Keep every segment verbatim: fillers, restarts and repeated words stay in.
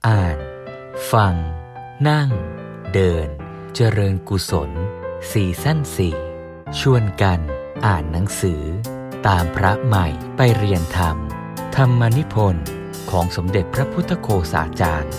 อ่านฟังนั่งเดินเจริญกุศลซีซั่นสี่ชวนกันอ่านหนังสือตามพระใหม่ไปเรียนธรรมธรรมนิพนธ์ของสมเด็จพระพุทธโฆษาจารย์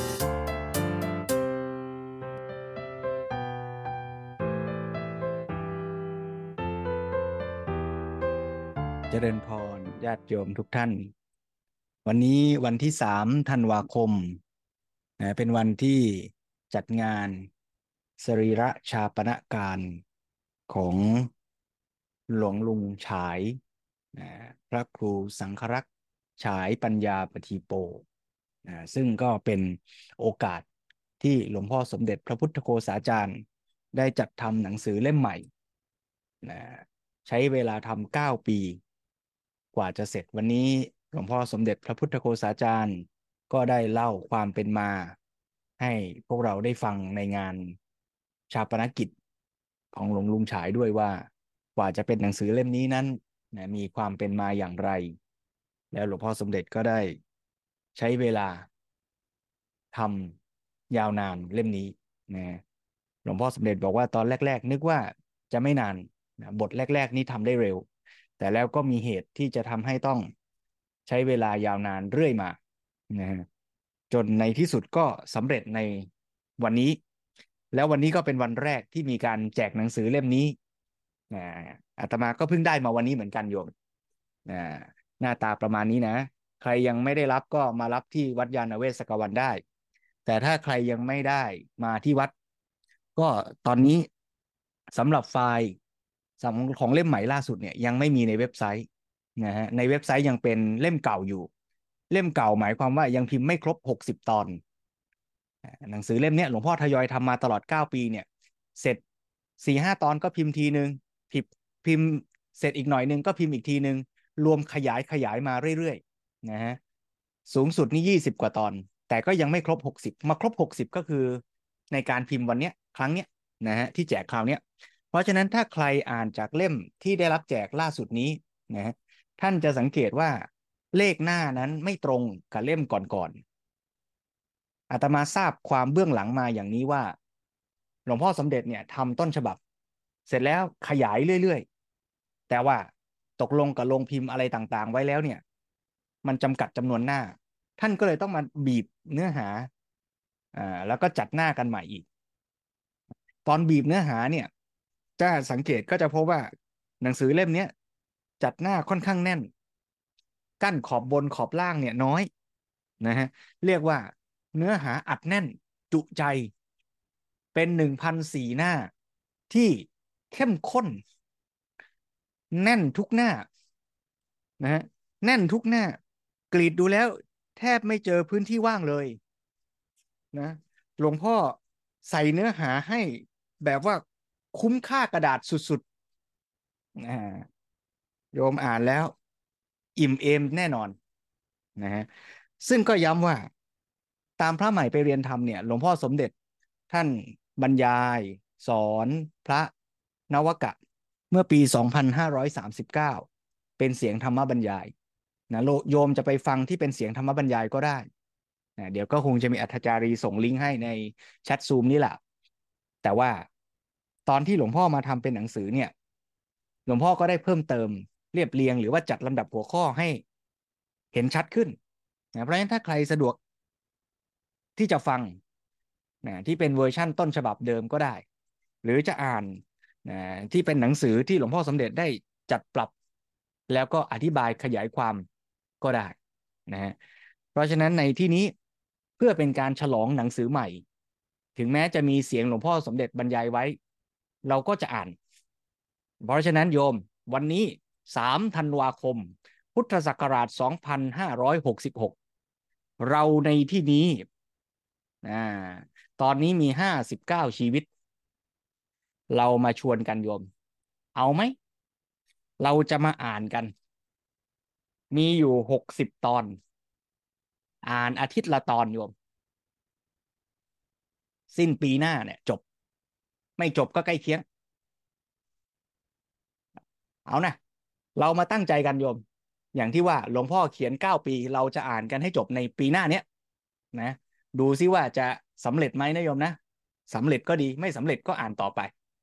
เจริญพรญาติโยมทุกท่านวันนี้วันที่สามธันวาคมนะเป็นวันที่จัดงานสรีระชาปนการของหลวงลุงฉายนะพระครูสังฆรักษ์ฉายปัญญาปทีโปนะซึ่งก็เป็นโอกาสที่หลวงพ่อสมเด็จพระพุทธโฆษาจารย์ได้จัดทำหนังสือเล่มใหม่นะใช้เวลาทำเก้าปีกว่าจะเสร็จวันนี้หลวงพ่อสมเด็จพระพุทธโฆษาจารย์ก็ได้เล่าความเป็นมาให้พวกเราได้ฟังในงานชาปนกิจของหลวงลุงฉายด้วยว่ากว่าจะเป็นหนังสือเล่มนี้นั้นนะมีความเป็นมาอย่างไรแล้วหลวงพ่อสมเด็จก็ได้ใช้เวลาทำยาวนานเล่มนี้นะหลวงพ่อสมเด็จบอกว่าตอนแรกๆนึกว่าจะไม่นานนะบทแรกๆนี้ทำได้เร็วแต่แล้วก็มีเหตุที่จะทำให้ต้องใช้เวลายาวนานเรื่อยมานะฮะจนในที่สุดก็สำเร็จในวันนี้แล้ววันนี้ก็เป็นวันแรกที่มีการแจกหนังสือเล่มนี้นะอาตมาก็เพิ่งได้มาวันนี้เหมือนกันโยมนะหน้าตาประมาณนี้นะใครยังไม่ได้รับก็มารับที่วัดยานเวศกวันได้แต่ถ้าใครยังไม่ได้มาที่วัดก็ตอนนี้สำหรับไฟล์ของเล่มใหม่ล่าสุดเนี่ยยังไม่มีในเว็บไซต์นะฮะในเว็บไซต์ยังเป็นเล่มเก่าอยู่เล่มเก่าหมายความว่ายังพิมพ์ไม่ครบหกสิบตอนหนังสือเล่มนี้หลวงพ่อทยอยทำมาตลอดเก้าปีเนี่ยเสร็จสี่ห้าตอนก็พิมพ์ทีนึงพิมพ์พิมพ์เสร็จอีกหน่อยนึงก็พิมพ์อีกทีนึงรวมขยายขยายมาเรื่อยๆนะฮะสูงสุดนี่ยี่สิบกว่าตอนแต่ก็ยังไม่ครบหกสิบมาครบหกสิบก็คือในการพิมพ์วันนี้ครั้งเนี้ยนะฮะที่แจกคราวเนี้ยเพราะฉะนั้นถ้าใครอ่านจากเล่มที่ได้รับแจกล่าสุดนี้นะฮะท่านจะสังเกตว่าเลขหน้านั้นไม่ตรงกับเล่มก่อนๆอาตมาทราบความเบื้องหลังมาอย่างนี้ว่าหลวงพ่อสมเด็จเนี่ยทำต้นฉบับเสร็จแล้วขยายเรื่อยๆแต่ว่าตกลงกับโรงพิมพ์อะไรต่างๆไว้แล้วเนี่ยมันจำกัดจำนวนหน้าท่านก็เลยต้องมาบีบเนื้อหาอ่าแล้วก็จัดหน้ากันใหม่อีกตอนบีบเนื้อหาเนี่ยจะสังเกตก็จะพบว่าหนังสือเล่มนี้จัดหน้าค่อนข้างแน่นกั้นขอบบนขอบล่างเนี่ยน้อยนะฮะเรียกว่าเนื้อหาอัดแน่นจุใจเป็นหนึ่งพันสี่หน้าที่เข้มข้นแน่นทุกหน้านะฮะแน่นทุกหน้ากรีดดูแล้วแทบไม่เจอพื้นที่ว่างเลยนะหลวงพ่อใส่เนื้อหาให้แบบว่าคุ้มค่ากระดาษสุดๆนะโยมอ่านแล้วอิ่มเอมแน่นอนนะฮะซึ่งก็ย้ำว่าตามพระใหม่ไปเรียนธรรมเนี่ยหลวงพ่อสมเด็จท่านบรรยายสอนพระนวกะเมื่อปีสองพันห้าร้อยสามสิบเก้าเป็นเสียงธรรมบรรยายนะโยมจะไปฟังที่เป็นเสียงธรรมบรรยายก็ได้นะเดี๋ยวก็คงจะมีอัธจารีส่งลิงก์ให้ในแชทซูมนี่แหละแต่ว่าตอนที่หลวงพ่อมาทำเป็นหนังสือเนี่ยหลวงพ่อก็ได้เพิ่มเติมเรียบเรียงหรือว่าจัดลำดับหัวข้อให้เห็นชัดขึ้นนะเพราะฉะนั้นถ้าใครสะดวกที่จะฟังนะที่เป็นเวอร์ชั่นต้นฉบับเดิมก็ได้หรือจะอ่านนะที่เป็นหนังสือที่หลวงพ่อสมเด็จได้จัดปรับแล้วก็อธิบายขยายความก็ได้นะฮะเพราะฉะนั้นในที่นี้เพื่อเป็นการฉลองหนังสือใหม่ถึงแม้จะมีเสียงหลวงพ่อสมเด็จบรรยายไว้เราก็จะอ่านเพราะฉะนั้นโยมวันนี้สามธันวาคมพุทธศักราชสองพันห้าร้อยหกสิบหกเราในที่นี้อ่าตอนนี้มีห้าสิบเก้าชีวิตเรามาชวนกันโยมเอาไหมเราจะมาอ่านกันมีอยู่หกสิบตอนอ่านอาทิตย์ละตอนโยมสิ้นปีหน้าเนี่ยจบไม่จบก็ใกล้เคียงเอานะเรามาตั้งใจกันโยมอย่างที่ว่าหลวงพ่อเขียนเก้าปีเราจะอ่านกันให้จบในปีหน้าเนี้ยนะดูซิว่าจะสำเร็จไหมนะโยมนะสำเร็จก็ดีไม่สำเร็จก็อ่านต่อไป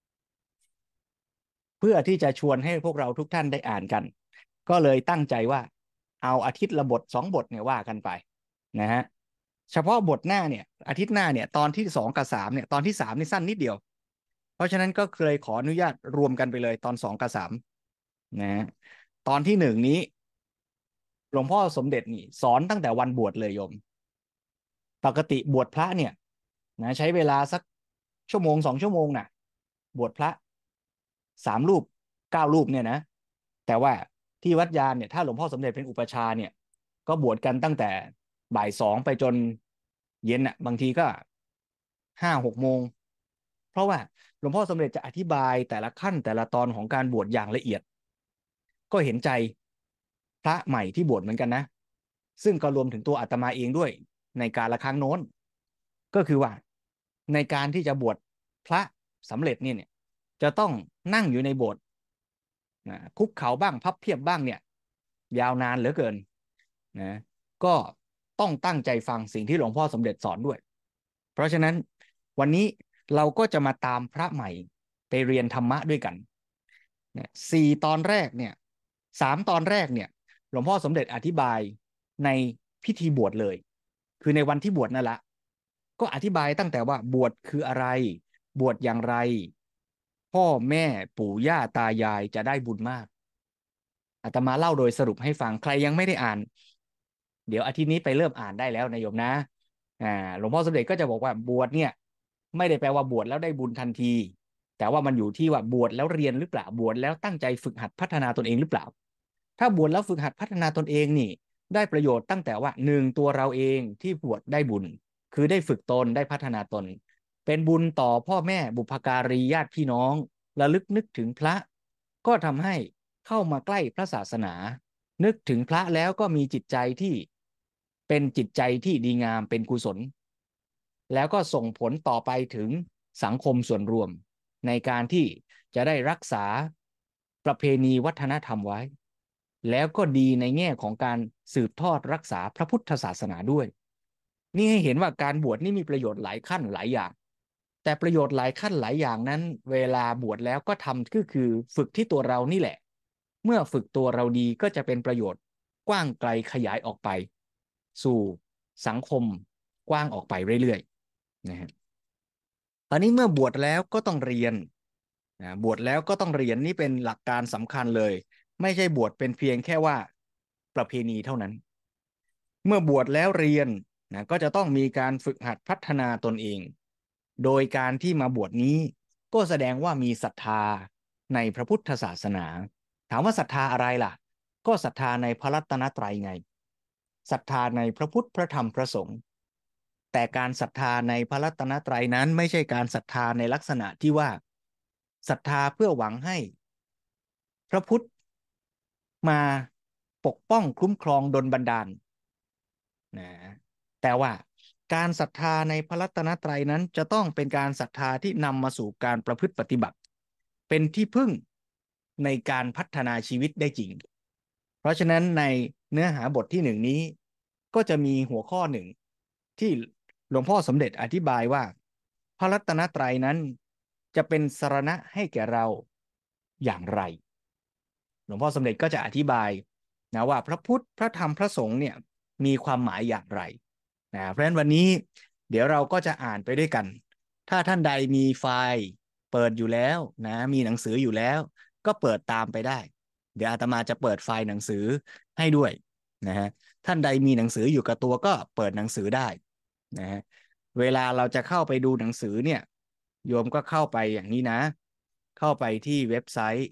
เพื่อที่จะชวนให้พวกเราทุกท่านได้อ่านกันก็เลยตั้งใจว่าเอาอาทิตย์ละบทสองบทเนี่ยว่ากันไปนะฮะเฉพาะบทหน้าเนี่ยอาทิตย์หน้าเนี่ยตอนที่สองกับสามเนี่ยตอนที่สามนี่สั้นนิดเดียวเพราะฉะนั้นก็เลยขออนุญาตรวมกันไปเลยตอนสองกับสามนะฮะตอนที่หนึ่งนี้หลวงพ่อสมเด็จนี่สอนตั้งแต่วันบวชเลยโยมปกติบวชพระเนี่ยนะใช้เวลาสักชั่วโมงสองชั่วโมงน่ะบวชพระสามรูปเก้ารูปเนี่ยนะแต่ว่าที่วัดยานเนี่ยถ้าหลวงพ่อสมเด็จเป็นอุปชาเนี่ยก็บวชกันตั้งแต่บ่ายสองไปจนเย็นอ่ะบางทีก็ห้าหกโมงเพราะว่าหลวงพ่อสมเด็จจะอธิบายแต่ละขั้นแต่ละตอนของการบวชอย่างละเอียดก็เห็นใจพระใหม่ที่บวชเหมือนกันนะซึ่งก็รวมถึงตัวอาตมาเองด้วยในการละครั้งโน้นก็คือว่าในการที่จะบวชพระสำเร็จเนี่ยเนี่ยจะต้องนั่งอยู่ในโบสถ์นะคุกเข่าบ้างพับเพียบบ้างเนี่ยยาวนานเหลือเกินนะก็ต้องตั้งใจฟังสิ่งที่หลวงพ่อสมเด็จสอนด้วยเพราะฉะนั้นวันนี้เราก็จะมาตามพระใหม่ไปเรียนธรรมะด้วยกันเนี่ยสี่ตอนแรกเนี่ยสามตอนแรกเนี่ยหลวงพ่อสมเด็จอธิบายในพิธีบวชเลยคือในวันที่บวชนั่นแหละก็อธิบายตั้งแต่ว่าบวชคืออะไรบวชอย่างไรพ่อแม่ปู่ย่าตายายจะได้บุญมากอาตมาเล่าโดยสรุปให้ฟังใครยังไม่ได้อ่านเดี๋ยวอาทิตย์นี้ไปเริ่มอ่านได้แล้วนะโยมนะอ่าหลวงพ่อสมเด็จก็จะบอกว่าบวชเนี่ยไม่ได้แปลว่าบวชแล้วได้บุญทันทีแต่ว่ามันอยู่ที่ว่าบวชแล้วเรียนหรือเปล่าบวชแล้วตั้งใจฝึกหัดพัฒนาตนเองหรือเปล่าถ้าบวชแล้วฝึกหัดพัฒนาตนเองนี่ได้ประโยชน์ตั้งแต่ว่าหนึ่งตัวเราเองที่บวชได้บุญคือได้ฝึกตนได้พัฒนาตนเป็นบุญต่อพ่อแม่บุพการีญาติพี่น้องระลึกนึกถึงพระก็ทำให้เข้ามาใกล้พระศาสนานึกถึงพระแล้วก็มีจิตใจที่เป็นจิตใจที่ดีงามเป็นกุศลแล้วก็ส่งผลต่อไปถึงสังคมส่วนรวมในการที่จะได้รักษาประเพณีวัฒนธรรมไว้แล้วก็ดีในแง่ของการสืบทอดรักษาพระพุทธศาสนาด้วยนี่ให้เห็นว่าการบวชนี่มีประโยชน์หลายขั้นหลายอย่างแต่ประโยชน์หลายขั้นหลายอย่างนั้นเวลาบวชแล้วก็ทำก็คือฝึกที่ตัวเรานี่แหละเมื่อฝึกตัวเราดีก็จะเป็นประโยชน์กว้างไกลขยายออกไปสู่สังคมกว้างออกไปเรื่อยๆนะฮะตอนนี้เมื่อบวชแล้วก็ต้องเรียนนะบวชแล้วก็ต้องเรียนนี่เป็นหลักการสำคัญเลยไม่ใช่บวชเป็นเพียงแค่ว่าประเพณีเท่านั้นเมื่อบวชแล้วเรียนนะก็จะต้องมีการฝึกหัดพัฒนาตนเองโดยการที่มาบวชนี้ก็แสดงว่ามีศรัทธาในพระพุทธศาสนาถามว่าศรัทธาอะไรล่ะก็ศรัทธาในพระรัตนตรัยไงศรัทธาในพระพุทธพระธรรมพระสงฆ์แต่การศรัทธาในพระรัตนตรัยนั้นไม่ใช่การศรัทธาในลักษณะที่ว่าศรัทธาเพื่อหวังให้พระพุทธมาปกป้องคุ้มครองดลบันดาลนะแต่ว่าการศรัทธาในพระรัตนตรัยนั้นจะต้องเป็นการศรัทธาที่นำมาสู่การประพฤติปฏิบัติเป็นที่พึ่งในการพัฒนาชีวิตได้จริงเพราะฉะนั้นในเนื้อหาบทที่หนึ่งนี้ก็จะมีหัวข้อหนึ่งที่หลวงพ่อสมเด็จอธิบายว่าพระรัตนตรัยนั้นจะเป็นสรณะให้แก่เราอย่างไรหลวงพ่อสมเด็จก็จะอธิบายนะว่าพระพุทธพระธรรมพระสงฆ์เนี่ยมีความหมายอย่างไรนะเพราะฉะนั้นวันนี้เดี๋ยวเราก็จะอ่านไปด้วยกันถ้าท่านใดมีไฟล์เปิดอยู่แล้วนะมีหนังสืออยู่แล้วก็เปิดตามไปได้เดี๋ยวอาตมาจะเปิดไฟล์หนังสือให้ด้วยนะฮะท่านใดมีหนังสืออยู่กับตัวก็เปิดหนังสือได้นะฮะเวลาเราจะเข้าไปดูหนังสือเนี่ยโยมก็เข้าไปอย่างนี้นะเข้าไปที่เว็บไซต์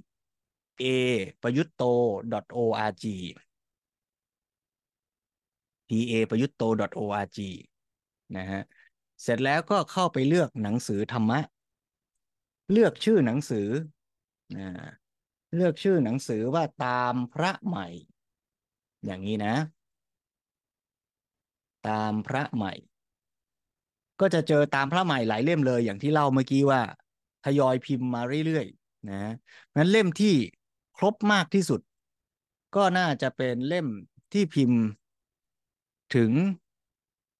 a ประยุตโต .org p a ประยุตโต .org นะฮะเสร็จแล้วก็เข้าไปเลือกหนังสือธรรมะเลือกชื่อหนังสือนะเลือกชื่อหนังสือว่าตามพระใหม่อย่างนี้นะตามพระใหม่ก็จะเจอตามพระใหม่หลายเล่มเลยอย่างที่เล่าเมื่อกี้ว่าทยอยพิมพ์มาเรื่อยๆนะงั้นเล่มที่ครบมากที่สุดก็น่าจะเป็นเล่มที่พิมพ์ถึง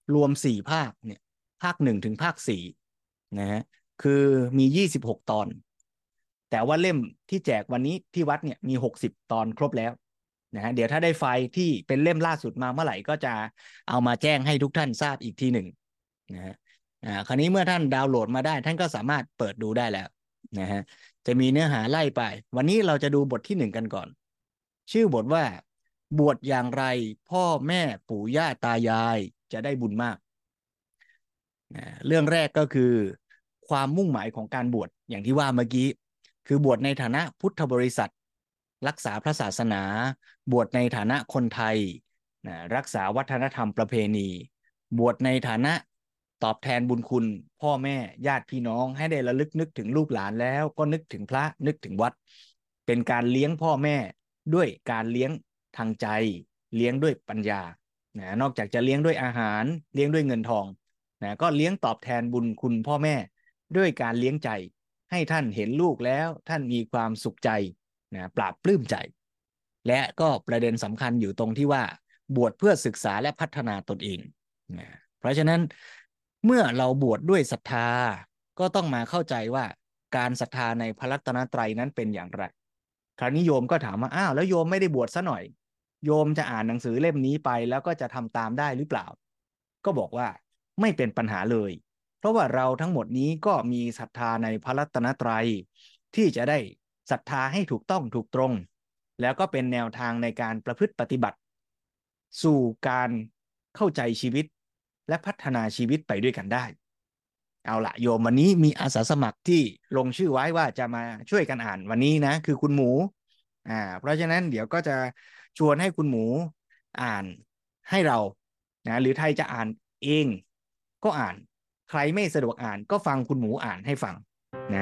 รวมสี่ภาคเนี่ยภาคหนึ่งถึงภาคสี่นะฮะคือมียี่สิบหกตอนแต่ว่าเล่มที่แจกวันนี้ที่วัดเนี่ยมีหกสิบตอนครบแล้วนะฮะเดี๋ยวถ้าได้ไฟล์ที่เป็นเล่มล่าสุดมาเมื่อไหร่ก็จะเอามาแจ้งให้ทุกท่านทราบอีกทีหนึ่งนะฮะอ่าคราวนี้เมื่อท่านดาวน์โหลดมาได้ท่านก็สามารถเปิดดูได้แล้วนะฮะจะมีเนื้อหาไล่ไปวันนี้เราจะดูบทที่หนึ่งกันก่อนชื่อบทว่าบวชอย่างไรพ่อแม่ปู่ย่าตายายจะได้บุญมากเรื่องแรกก็คือความมุ่งหมายของการบวชอย่างที่ว่าเมื่อกี้คือบวชในฐานะพุทธบริษัทรักษาพระศาสนาบวชในฐานะคนไทยนะรักษาวัฒนธรรมประเพณีบวชในฐานะตอบแทนบุญคุณพ่อแม่ญาติพี่น้องให้ได้ระลึกนึกถึงลูกหลานแล้วก็นึกถึงพระนึกถึงวัดเป็นการเลี้ยงพ่อแม่ด้วยการเลี้ยงทางใจเลี้ยงด้วยปัญญานะนอกจากจะเลี้ยงด้วยอาหารเลี้ยงด้วยเงินทองนะก็เลี้ยงตอบแทนบุญคุณพ่อแม่ด้วยการเลี้ยงใจให้ท่านเห็นลูกแล้วท่านมีความสุขใจนะปราบปลื้มใจและก็ประเด็นสำคัญอยู่ตรงที่ว่าบวชเพื่อศึกษาและพัฒนาตนเองนะเพราะฉะนั้นเมื่อเราบวชด้วยศรัทธาก็ต้องมาเข้าใจว่าการศรัทธาในพระรัตนตรัยนั้นเป็นอย่างไรคราวนี้โยมก็ถามว่าอ้าวแล้วโยมไม่ได้บวชซะหน่อยโยมจะอ่านหนังสือเล่มนี้ไปแล้วก็จะทำตามได้หรือเปล่าก็บอกว่าไม่เป็นปัญหาเลยเพราะว่าเราทั้งหมดนี้ก็มีศรัทธาในพระรัตนตรัยที่จะได้ศรัทธาให้ถูกต้องถูกตรงแล้วก็เป็นแนวทางในการประพฤติปฏิบัติสู่การเข้าใจชีวิตและพัฒนาชีวิตไปด้วยกันได้เอาละโยมวันนี้มีอาสาสมัครที่ลงชื่อไว้ว่าจะมาช่วยกันอ่านวันนี้นะคือคุณหมูอ่าเพราะฉะนั้นเดี๋ยวก็จะชวนให้คุณหมูอ่านให้เรานะหรือไทยจะอ่านเองก็อ่านใครไม่สะดวกอ่านก็ฟังคุณหมูอ่านให้ฟังนะ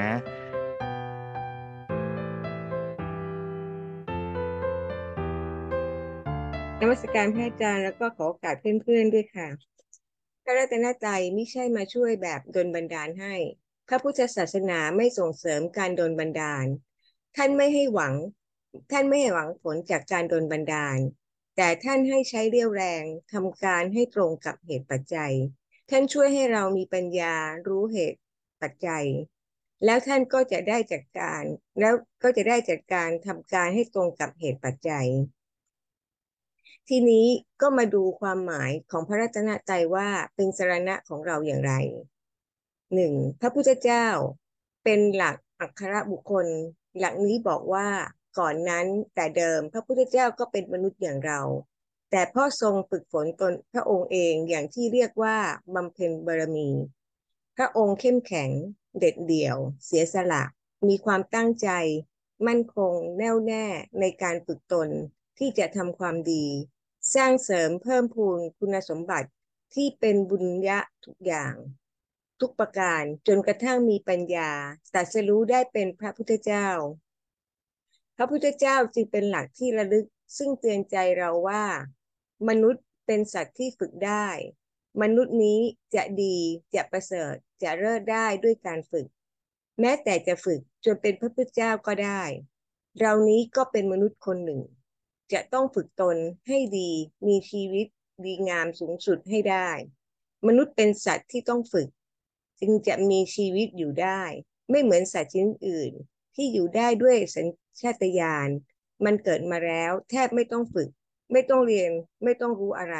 นมัสการพระอาจารย์แล้วก็ขอโอกาสเพื่อนๆด้วยค่ะพระรัตนตรัยไม่ใช่มาช่วยแบบดลบันดาลให้พระพุทธศาสนาไม่ส่งเสริมการดลบันดาลท่านไม่ให้หวังท่านไม่ให้หวังผลจากการดลบันดาลแต่ท่านให้ใช้เรี่ยวแรงทำการให้ตรงกับเหตุปัจจัยท่านช่วยให้เรามีปัญญารู้เหตุปัจจัยแล้วท่านก็จะได้จัดการแล้วก็จะได้จัดการทำการให้ตรงกับเหตุปัจจัยทีนี้ก็มาดูความหมายของพระรัตนตรัยว่าเป็นสรณะของเราอย่างไรหนึ่งพระพุทธเจ้าเป็นหลักอัครบุคคลหลักนี้บอกว่าก่อนนั้นแต่เดิมพระพุทธเจ้าก็เป็นมนุษย์อย่างเราแต่พ่อทรงฝึกฝนตนพระองค์เองอย่างที่เรียกว่าบำเพ็ญบารมีพระองค์เข้มแข็งเด็ดเดี่ยวเสียสละมีความตั้งใจมั่นคงแน่วแน่ในการฝึกตนที่จะทำความดีสร้างเสริมเพิ่มพูนคุณสมบัติที่เป็นบุญญะทุกอย่างทุกประการจนกระทั่งมีปัญญาตรัสรู้ได้เป็นพระพุทธเจ้าพระพุทธเจ้าจึงเป็นหลักที่ระลึกซึ่งเตือนใจเราว่ามนุษย์เป็นสัตว์ที่ฝึกได้มนุษย์นี้จะดีจะประเสริฐจะเลิศได้ด้วยการฝึกแม้แต่จะฝึกจนเป็นพระพุทธเจ้าก็ได้เรานี้ก็เป็นมนุษย์คนหนึ่งจะต้องฝึกตนให้ดีมีชีวิตดีงามสูงสุดให้ได้มนุษย์เป็นสัตว์ที่ต้องฝึกจึงจะมีชีวิตอยู่ได้ไม่เหมือนสัตว์ชนิดอื่นที่อยู่ได้ด้วยสัญชาตญาณมันเกิดมาแล้วแทบไม่ต้องฝึกไม่ต้องเรียนไม่ต้องรู้อะไร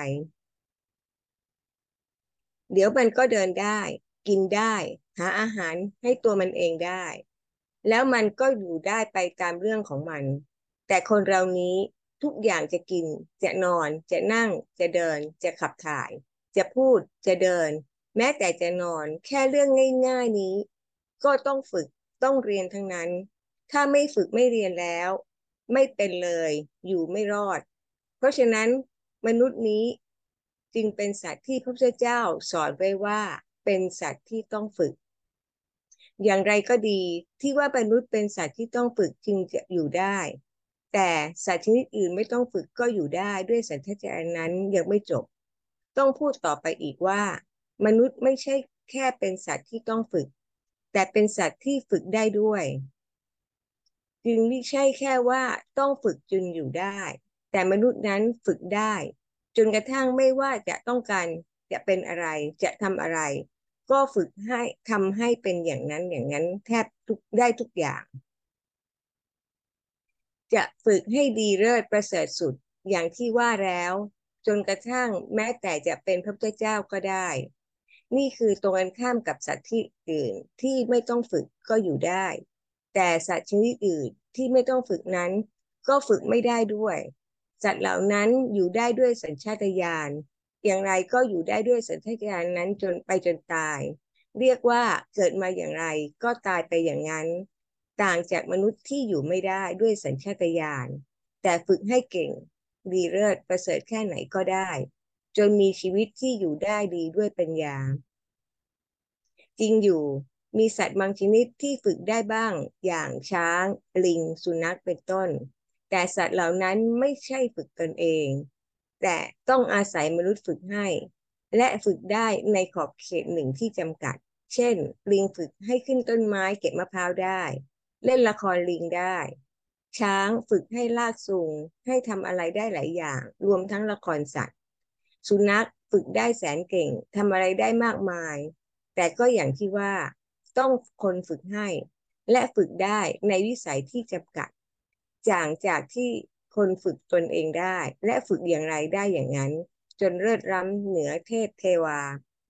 เดี๋ยวมันก็เดินได้กินได้หาอาหารให้ตัวมันเองได้แล้วมันก็อยู่ได้ไปตามเรื่องของมันแต่คนเรานี้ทุกอย่างจะกินจะนอนจะนั่งจะเดินจะขับถ่ายจะพูดจะเดินแม้แต่จะนอนแค่เรื่องง่ายๆนี้ก็ต้องฝึกต้องเรียนทั้งนั้นถ้าไม่ฝึกไม่เรียนแล้วไม่เป็นเลยอยู่ไม่รอดเพราะฉะนั้นมนุษย์นี้จึงเป็นสัตว์ที่พระพุทธเจ้าสอนไว้ว่าเป็นสัตว์ที่ต้องฝึกอย่างไรก็ดีที่ว่ามนุษย์เป็นสัตว์ที่ต้องฝึกจึงจะอยู่ได้แต่สัตว์ชนิดอื่นไม่ต้องฝึกก็อยู่ได้ด้วยสัญชาตญาณนั้นยังไม่จบต้องพูดต่อไปอีกว่ามนุษย์ไม่ใช่แค่เป็นสัตว์ที่ต้องฝึกแต่เป็นสัตว์ที่ฝึกได้ด้วยจึงไม่ใช่แค่ว่าต้องฝึกจนอยู่ได้แต่มนุษย์นั้นฝึกได้จนกระทั่งไม่ว่าจะต้องการจะเป็นอะไรจะทำอะไรก็ฝึกให้ทำให้เป็นอย่างนั้นอย่างนั้นแทบทุกได้ทุกอย่างจะฝึกให้ดีเลิศประเสริฐสุดอย่างที่ว่าแล้วจนกระทั่งแม้แต่จะเป็นพระพุทธเจ้าก็ได้นี่คือตรงกันข้ามกับสัตว์ที่อื่นที่ไม่ต้องฝึกก็อยู่ได้แต่สัตว์ชนิดอื่นที่ไม่ต้องฝึกนั้นก็ฝึกไม่ได้ด้วยสัตว์เหล่านั้นอยู่ได้ด้วยสัญชาตญาณอย่างไรก็อยู่ได้ด้วยสัญชาตญาณนั้นจนไปจนตายเรียกว่าเกิดมาอย่างไรก็ตายไปอย่างนั้นต่างจากมนุษย์ที่อยู่ไม่ได้ด้วยสัญชาตญาณแต่ฝึกให้เก่งดีเลิศประเสริฐแค่ไหนก็ได้จนมีชีวิตที่อยู่ได้ดีด้วยปัญญาจริงอยู่มีสัตว์บางชนิดที่ฝึกได้บ้างอย่างช้างลิงสุนัขเป็นต้นแต่สัตว์เหล่านั้นไม่ใช่ฝึกตนเองแต่ต้องอาศัยมนุษย์ฝึกให้และฝึกได้ในขอบเขตหนึ่งที่จำกัดเช่นลิงฝึกให้ขึ้นต้นไม้เก็บมะพร้าวได้เล่นละครลิงได้ช้างฝึกให้ลากจูงให้ทำอะไรได้หลายอย่างรวมทั้งละครสัตว์สุนัขฝึกได้แสนเก่งทำอะไรได้มากมายแต่ก็อย่างที่ว่าต้องคนฝึกให้และฝึกได้ในวิสัยที่จำกัดจากจากที่คนฝึกตนเองได้และฝึกอย่างไรได้อย่างนั้นจนเลิศล้ำเหนือเทพเทวา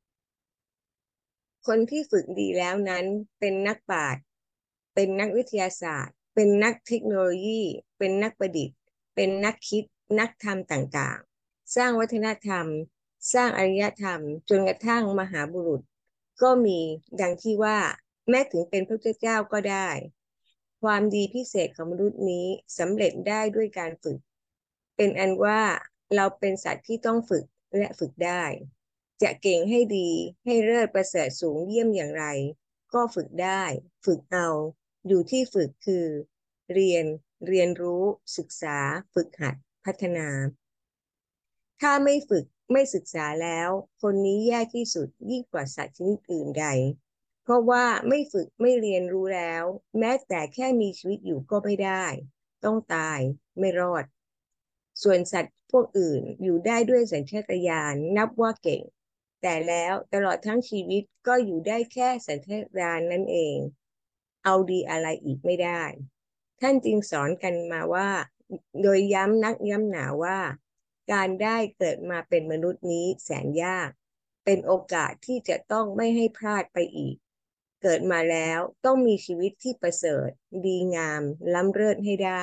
คนที่ฝึกดีแล้วนั้นเป็นนักปราชญ์เป็นนักวิทยาศาสตร์เป็นนักเทคโนโลยีเป็นนักประดิษฐ์เป็นนักคิดนักทำต่างๆสร้างวัฒนธรรมสร้างอารยธรรมจนกระทั่งมหาบุรุษก็มีดังที่ว่าแม้ถึงเป็นพระพุทธเจ้าก็ได้ความดีพิเศษของมนุษย์นี้สำเร็จได้ด้วยการฝึกเป็นอันว่าเราเป็นสัตว์ที่ต้องฝึกและฝึกได้จะเก่งให้ดีให้เลิศประเสริฐสูงเยี่ยมอย่างไรก็ฝึกได้ฝึกเอาอยู่ที่ฝึกคือเรียนเรียนรู้ศึกษาฝึกหัดพัฒนาถ้าไม่ฝึกไม่ศึกษาแล้วคนนี้แย่ที่สุดยิ่งกว่าสัตว์ชนิดอื่นใดเพราะว่าไม่ฝึกไม่เรียนรู้แล้วแม้แต่แค่มีชีวิตอยู่ก็ไม่ได้ต้องตายไม่รอดส่วนสัตว์พวกอื่นอยู่ได้ด้วยสัญชาตญาณนับว่าเก่งแต่แล้วตลอดทั้งชีวิตก็อยู่ได้แค่สัญชาตญาณนั่นเองเอาดีอะไรอีกไม่ได้ท่านจึงสอนกันมาว่าโดยย้ำนักย้ำหนาว่าการได้เกิดมาเป็นมนุษย์นี้แสนยากเป็นโอกาสที่จะต้องไม่ให้พลาดไปอีกเกิดมาแล้วต้องมีชีวิตที่ประเสริฐดีงามล้ำเลิศให้ได้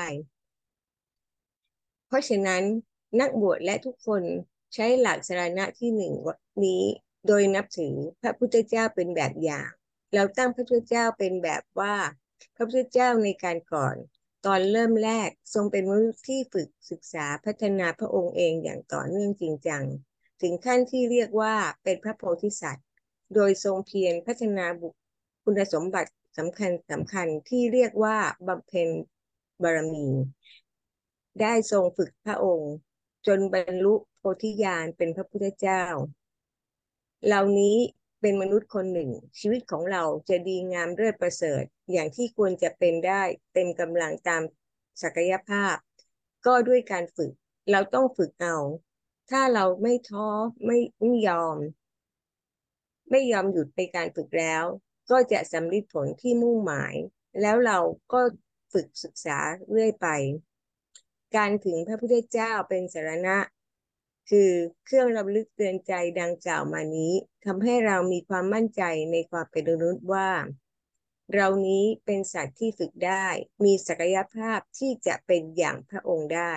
เพราะฉะนั้นนักบวชและทุกคนใช้หลักสรณะที่หนึ่งนี้โดยนับถือพระพุทธเจ้าเป็นแบบอย่างเราตั้งพระพุทธเจ้าเป็นแบบว่าพระพุทธเจ้าในการก่อนตอนเริ่มแรกทรงเป็นมนุษย์ที่ฝึกศึกษาพัฒนาพระองค์เองอย่างต่อเนื่องจริงจังถึงขั้นที่เรียกว่าเป็นพระโพธิสัตว์โดยทรงเพียรพัฒนาบุคคุณสมบัติสำคัญสำคัญที่เรียกว่าบำเพ็ญบารมีได้ทรงฝึกพระองค์จนบรรลุโพธิญาณเป็นพระพุทธเจ้าเหล่านี้เป็นมนุษย์คนหนึ่งชีวิตของเราจะดีงามเลิศประเสริฐอย่างที่ควรจะเป็นได้เต็มกำลังตามศักยภาพก็ด้วยการฝึกเราต้องฝึกเอาถ้าเราไม่ท้อไม่ไม่ยอมไม่ยอมหยุดในการฝึกแล้วก็จะสำเร็จผลที่มุ่งหมายแล้วเราก็ฝึกศึกษาเรื่อยไปการถึงพระพุทธเจ้าเป็นสรณะคือเครื่องระลึกเตือนใจดังกล่าวมานี้ทำให้เรามีความมั่นใจในความเป็นมนุษย์ว่าเรานี้เป็นสัตว์ที่ฝึกได้มีศักยภาพที่จะเป็นอย่างพระองค์ได้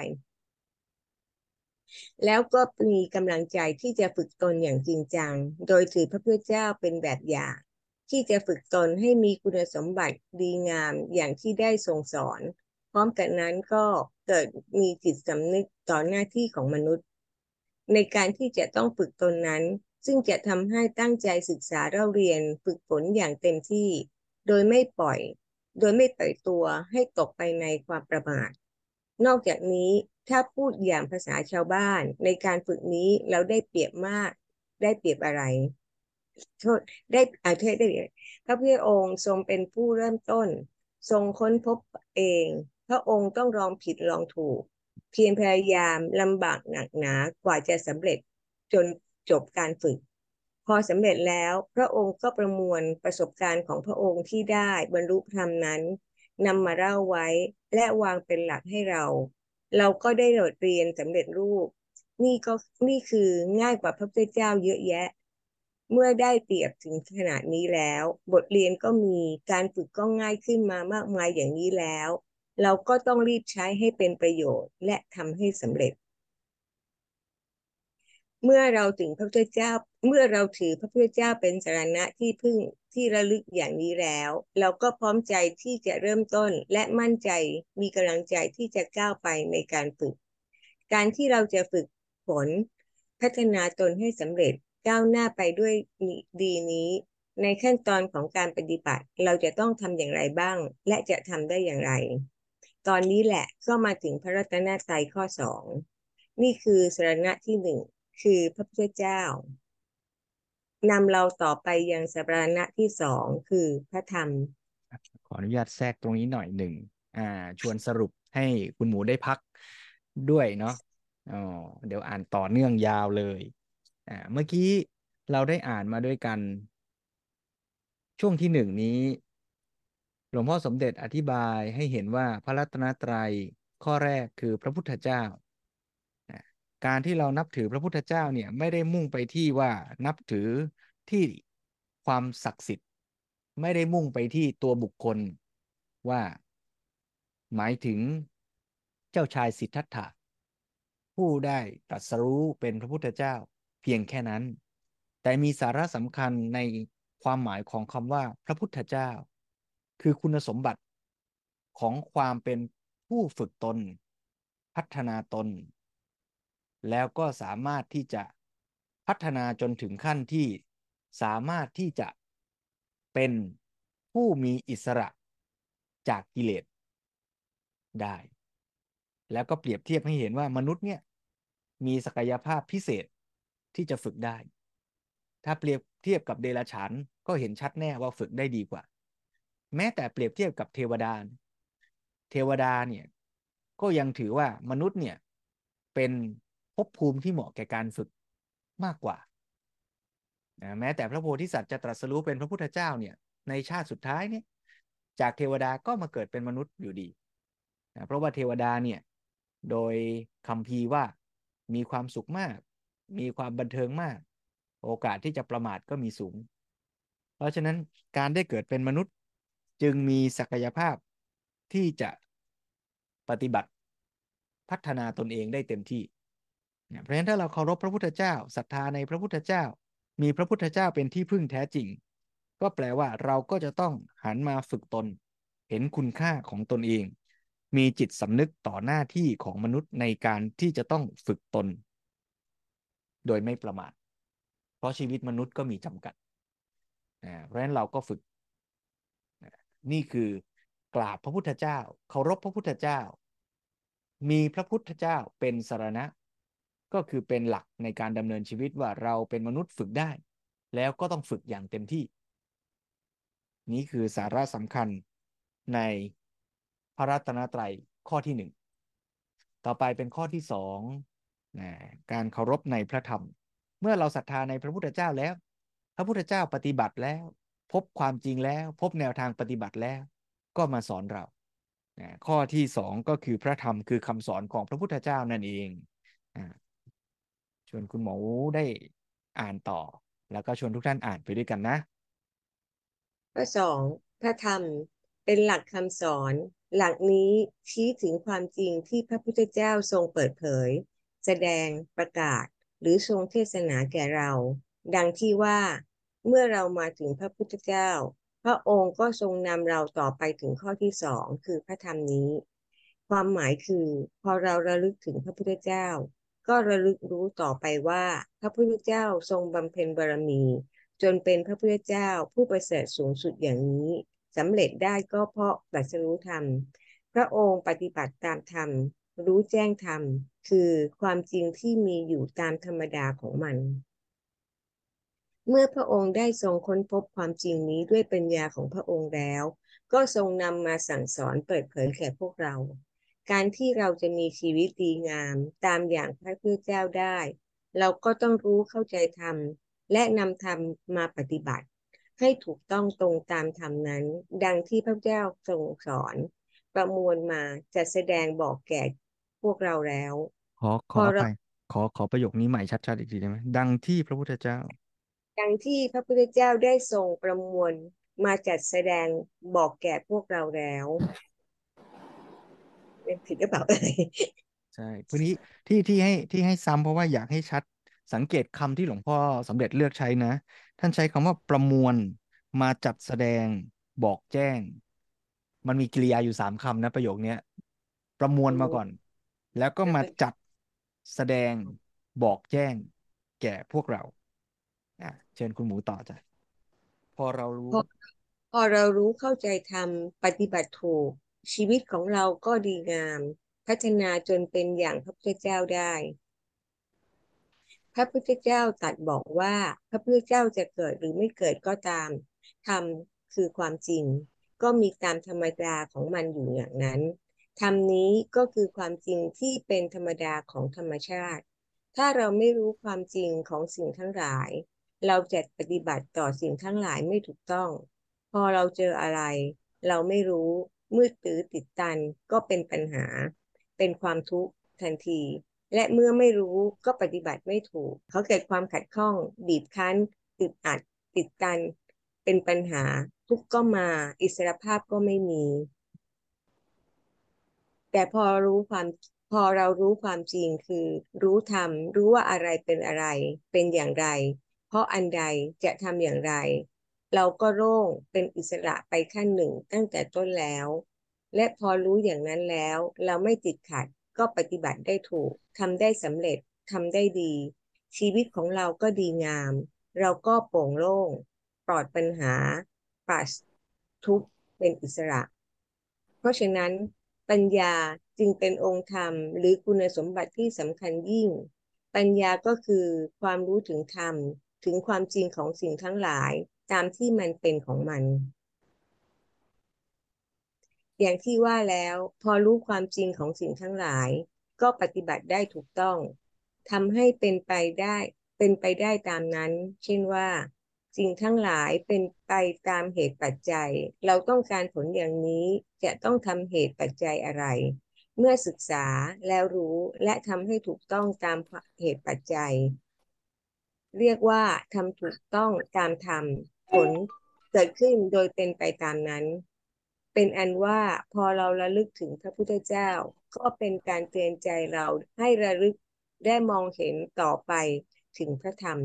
แล้วก็มีกำลังใจที่จะฝึกตนอย่างจริงจังโดยถือพระพุทธเจ้าเป็นแบบอย่างที่จะฝึกตนให้มีคุณสมบัติดีงามอย่างที่ได้ทรงสอนพร้อมกันนั้นก็เกิดมีจิตสำนึกต่อหน้าที่ของมนุษย์ในการที่จะต้องฝึกตนนั้นซึ่งจะทำให้ตั้งใจศึกษาเล่าเรียนฝึกฝนอย่างเต็มที่โดยไม่ปล่อยโดยไม่ปล่อยตัวให้ตกไปในความประมาทนอกจากนี้ถ้าพูดอย่างภาษาชาวบ้านในการฝึกนี้เราได้เปรียบมากได้เปรียบอะไรโทษได้อาเทศได้พระพุทธองค์ทรงเป็นผู้เริ่มต้นทรงค้นพบเองพระองค์ต้องลองผิดลองถูกเพียรพยายามลำบากหนักหนากว่าจะสำเร็จจนจบการฝึกพอสำเร็จแล้วพระองค์ก็ประมวลประสบการณ์ของพระองค์ที่ได้บรรลุธรรมนั้นนำมาเล่าไว้และวางเป็นหลักให้เราเราก็ได้บทเรียนสำเร็จรูปนี่ก็นี่คือง่ายกว่าพระพุทธเจ้าเยอะแยะเมื่อได้เปรียบถึงขนาดนี้แล้วบทเรียนก็มีการฝึกก็ง่ายขึ้นมามากมายอย่างนี้แล้วเราก็ต้องรีบใช้ให้เป็นประโยชน์และทำให้สำเร็จเมื่อเราถึงพระพุทธเจ้าเมื่อเราถือพระพุทธเจ้าเป็นสรณะที่พึ่งที่ระลึกอย่างนี้แล้วเราก็พร้อมใจที่จะเริ่มต้นและมั่นใจมีกำลังใจที่จะก้าวไปในการฝึกการที่เราจะฝึกฝนพัฒนาตนให้สำเร็จก้าวหน้าไปด้วยดีนี้ในขั้นตอนของการปฏิบัติเราจะต้องทำอย่างไรบ้างและจะทำได้อย่างไรตอนนี้แหละก็มาถึงพระรัตนตรัยข้อสองนี่คือสรณะที่หนึ่งคือพระพุทธเจ้านำเราต่อไปยังสรณะที่สองคือพระธรรมขออนุญาตแทรกตรงนี้หน่อยหนึ่งอ่าชวนสรุปให้คุณหมูได้พักด้วยเนาะอ๋อเดี๋ยวอ่านต่อเนื่องยาวเลยอ่าเมื่อกี้เราได้อ่านมาด้วยกันช่วงที่หนึ่งนี้หลวงพ่อสมเด็จอธิบายให้เห็นว่าพระรัตนตรัยข้อแรกคือพระพุทธเจ้าการที่เรานับถือพระพุทธเจ้าเนี่ยไม่ได้มุ่งไปที่ว่านับถือที่ความศักดิ์สิทธิ์ไม่ได้มุ่งไปที่ตัวบุคคลว่าหมายถึงเจ้าชายสิทธัตถะผู้ได้ตรัสรู้เป็นพระพุทธเจ้าเพียงแค่นั้นแต่มีสาระสำคัญในความหมายของคำว่าพระพุทธเจ้าคือคุณสมบัติของความเป็นผู้ฝึกตนพัฒนาตนแล้วก็สามารถที่จะพัฒนาจนถึงขั้นที่สามารถที่จะเป็นผู้มีอิสระจากกิเลสได้แล้วก็เปรียบเทียบให้เห็นว่ามนุษย์เนี่ยมีศักยภาพพิเศษที่จะฝึกได้ถ้าเปรียบเทียบกับเดรัจฉานก็เห็นชัดแน่ว่าฝึกได้ดีกว่าแม้แต่เปรียบเทียบกับเทวดาเทวดาเนี่ยก็ยังถือว่ามนุษย์เนี่ยเป็นภพภูมิที่เหมาะแก่การฝึกมากกว่านะแม้แต่พระโพธิสัตว์จะตรัสรู้เป็นพระพุทธเจ้าเนี่ยในชาติสุดท้ายเนี่ยจากเทวดาก็มาเกิดเป็นมนุษย์อยู่ดีนะเพราะว่าเทวดาเนี่ยโดยคัมภีร์ว่ามีความสุขมากมีความบันเทิงมากโอกาสที่จะประมาทก็มีสูงเพราะฉะนั้นการได้เกิดเป็นมนุษย์จึงมีศักยภาพที่จะปฏิบัติพัฒนาตนเองได้เต็มที่เพราะฉะนั้นถ้าเราเคารพพระพุทธเจ้าศรัทธาในพระพุทธเจ้ามีพระพุทธเจ้าเป็นที่พึ่งแท้จริงก็แปลว่าเราก็จะต้องหันมาฝึกตนเห็นคุณค่าของตนเองมีจิตสำนึกต่อหน้าที่ของมนุษย์ในการที่จะต้องฝึกตนโดยไม่ประมาทเพราะชีวิตมนุษย์ก็มีจำกัดเพราะฉะนั้นเราก็ฝึกนี่คือกราบพระพุทธเจ้าเคารพพระพุทธเจ้ามีพระพุทธเจ้าเป็นสรณะก็คือเป็นหลักในการดำเนินชีวิตว่าเราเป็นมนุษย์ฝึกได้แล้วก็ต้องฝึกอย่างเต็มที่นี่คือสาระสำคัญในพระรัตนตรัยข้อที่หนึ่งต่อไปเป็นข้อที่สองนะการเคารพในพระธรรมเมื่อเราศรัทธาในพระพุทธเจ้าแล้วพระพุทธเจ้าปฏิบัติแล้วพบความจริงแล้วพบแนวทางปฏิบัติแล้วก็มาสอนเรานะข้อที่สองก็คือพระธรรมคือคำสอนของพระพุทธเจ้านั่นเองชวนคุณหมอได้อ่านต่อแล้วก็ชวนทุกท่านอ่านไปด้วยกันนะข้อสองพระธรรมเป็นหลักคำสอนหลักนี้ชี้ถึงความจริงที่พระพุทธเจ้าทรงเปิดเผยแสดงประกาศหรือทรงเทศนาแก่เราดังที่ว่าเมื่อเรามาถึงพระพุทธเจ้าพระองค์ก็ทรงนำเราต่อไปถึงข้อที่สองคือพระธรรมนี้ความหมายคือพอเราระลึกถึงพระพุทธเจ้าก็ระลึกรู้ต่อไปว่าพระพุทธเจ้าทรงบำเพ็ญบารมีจนเป็นพระพุทธเจ้าผู้ประเสริฐสูงสุดอย่างนี้สำเร็จได้ก็เพราะตรัสรู้ธรรมพระองค์ปฏิบัติตามธรรมรู้แจ้งธรรมคือความจริงที่มีอยู่ตามธรรมดาของมันเมื่อพระองค์ได้ทรงค้นพบความจริงนี้ด้วยปัญญาของพระองค์แล้วก็ทรงนำมาสั่งสอนเปิดเผยแก่พวกเราการที่เราจะมีชีวิตดีงามตามอย่างพระพุทธเจ้าได้เราก็ต้องรู้เข้าใจธรรมและนำธรรมมาปฏิบัติให้ถูกต้องตรงตามธรรมนั้นดังที่พระเจ้าทรงสอนประมวลมาจะแสดงบอกแก่พวกเราแล้วขอขพอเราออภัยขอขอประโยคนี้ใหม่ชัดๆอีกทีได้ไหมดังที่พระพุทธเจ้าดังที่พระพุทธเจ้าได้ทรงประมวลมาจัดแสดงบอกแก่พวกเราแล้วเป็นผิดหรือเปล่าเอ่ยใช่พวกนี้ที่ที่ให้ที่ให้ซ้ำเพราะว่าอยากให้ชัดสังเกตคำที่หลวงพ่อสมเด็จเลือกใช้นะท่านใช้คำว่าประมวลมาจัดแสดงบอกแจ้งมันมีกริยาอยู่สามคำนะประโยคเนี้ยประมวลมาก่อนแล้วก็มาจัดแสดงบอกแจ้งแก่พวกเราอ่ะเชิญคุณหมูต่อจ้ะพอเรารู้พอพอเรารู้เข้าใจธรรมปฏิบัติถูกชีวิตของเราก็ดีงามพัฒนาจนเป็นอย่างพระพุทธเจ้าได้ พระพุทธเจ้าตรัสบอกว่าพระพุทธเจ้าจะเกิดหรือไม่เกิดก็ตามธรรมคือความจริงก็มีตามธรรมดาของมันอยู่อย่างนั้นธรรมนี้ก็คือความจริงที่เป็นธรรมดาของธรรมชาติถ้าเราไม่รู้ความจริงของสิ่งทั้งหลายเราจะปฏิบัติต่อสิ่งทั้งหลายไม่ถูกต้องพอเราเจออะไรเราไม่รู้มืดตื้อติดตันก็เป็นปัญหาเป็นความทุกข์ทันที และเมื่อไม่รู้ก็ปฏิบัติไม่ถูกเขาเกิดความขัดข้องบีบคั้นอึดอัดติดกันเป็นปัญหาทุกข์ก็มาอิสรภาพก็ไม่มีแต่พอรู้ความพอเรารู้ความจริงคือรู้ธรรมรู้ว่าอะไรเป็นอะไรเป็นอย่างไรเพราะอันใดจะทำอย่างไรเราก็โล่งเป็นอิสระไปขั้นหนึ่งตั้งแต่ต้นแล้วและพอรู้อย่างนั้นแล้วเราไม่ติดขัดก็ปฏิบัติได้ถูกทำได้สำเร็จทำได้ดีชีวิตของเราก็ดีงามเราก็โปร่งโล่งปลอดปัญหาปราศทุกข์เป็นอิสระ เพราะฉะนั้นปัญญาจึงเป็นองค์ธรรมหรือคุณสมบัติที่สำคัญยิ่งปัญญาก็คือความรู้ถึงธรรมถึงความจริงของสิ่งทั้งหลายตามที่มันเป็นของมันอย่างที่ว่าแล้วพอรู้ความจริงของสิ่งทั้งหลายก็ปฏิบัติได้ถูกต้องทำให้เป็นไปได้เป็นไปได้ตามนั้นเช่นว่าสิ่งทั้งหลายเป็นไปตามเหตุปัจจัยเราต้องการผลอย่างนี้จะต้องทำเหตุปัจจัยอะไรเมื่อศึกษาแล้วรู้และทำให้ถูกต้องตามเหตุปัจจัย เรียกว่าทำถูกต้องตามธรรมผลเกิดขึ้นโดยเป็นไปตามนั้นเป็นอันว่าพอเราระลึกถึงพระพุทธเจ้าก็เป็นการเตือนใจเราให้ระลึกได้มองเห็นต่อไปถึงพระธรรม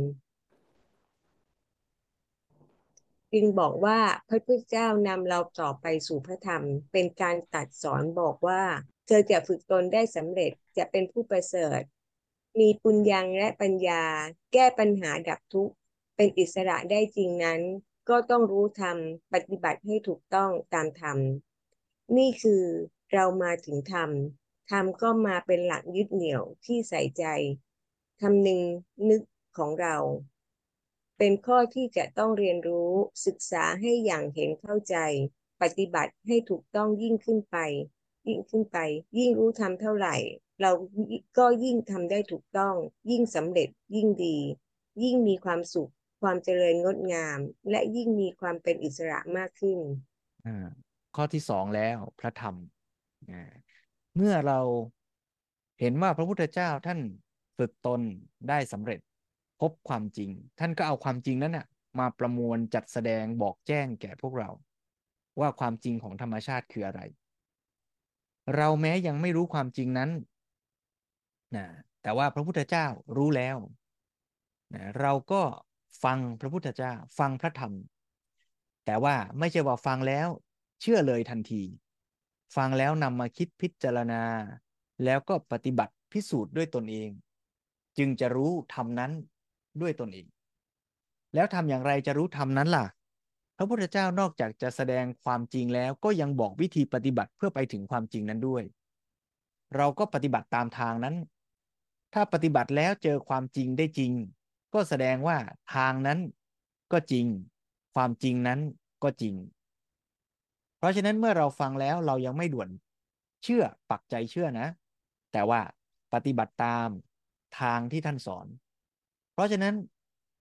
จึงบอกว่าพระพุทธเจ้านำเราต่อไปสู่พระธรรมเป็นการตรัสสอนบอกว่าเธอจะฝึกตนได้สำเร็จจะเป็นผู้ประเสริฐมีปุญญังและปัญญาแก้ปัญหาดับทุกข์เป็นอิสระได้จริงนั้นก็ต้องรู้ธรรมปฏิบัติให้ถูกต้องตามธรรมนี่คือเรามาถึงธรรมธรรมก็มาเป็นหลักยึดเหนี่ยวที่ใส่ใจคำนึงนึกของเรา เป็นข้อที่จะต้องเรียนรู้ศึกษาให้อย่างเห็นเข้าใจปฏิบัติให้ถูกต้องยิ่งขึ้นไปยิ่งขึ้นไปยิ่งรู้ทำเท่าไหร่เราก็ยิ่งทำได้ถูกต้องยิ่งสำเร็จยิ่งดียิ่งมีความสุขความเจริญงดงามและยิ่งมีความเป็นอิสระมากขึ้นอ่าข้อที่สองแล้วพระธรรมอ่าเมื่อเราเห็นว่าพระพุทธเจ้าท่านฝึกตนได้สำเร็จพบความจริงท่านก็เอาความจริงนั้นน่ะมาประมวลจัดแสดงบอกแจ้งแก่พวกเราว่าความจริงของธรรมชาติคืออะไรเราแม้ยังไม่รู้ความจริงนั้นนะแต่ว่าพระพุทธเจ้ารู้แล้วนะเราก็ฟังพระพุทธเจ้าฟังพระธรรมแต่ว่าไม่ใช่ว่าฟังแล้วเชื่อเลยทันทีฟังแล้วนำมาคิดพิจารณาแล้วก็ปฏิบัติพิสูจน์ด้วยตนเองจึงจะรู้ธรรมนั้นด้วยตนเองแล้วทำอย่างไรจะรู้ธรรมนั้นล่ะพระพุทธเจ้านอกจากจะแสดงความจริงแล้วก็ยังบอกวิธีปฏิบัติเพื่อไปถึงความจริงนั้นด้วยเราก็ปฏิบัติตามทางนั้นถ้าปฏิบัติแล้วเจอความจริงได้จริงก็แสดงว่าทางนั้นก็จริงความจริงนั้นก็จริงเพราะฉะนั้นเมื่อเราฟังแล้วเรายังไม่ด่วนเชื่อปักใจเชื่อนะแต่ว่าปฏิบัติตามทางที่ท่านสอนเพราะฉะนั้น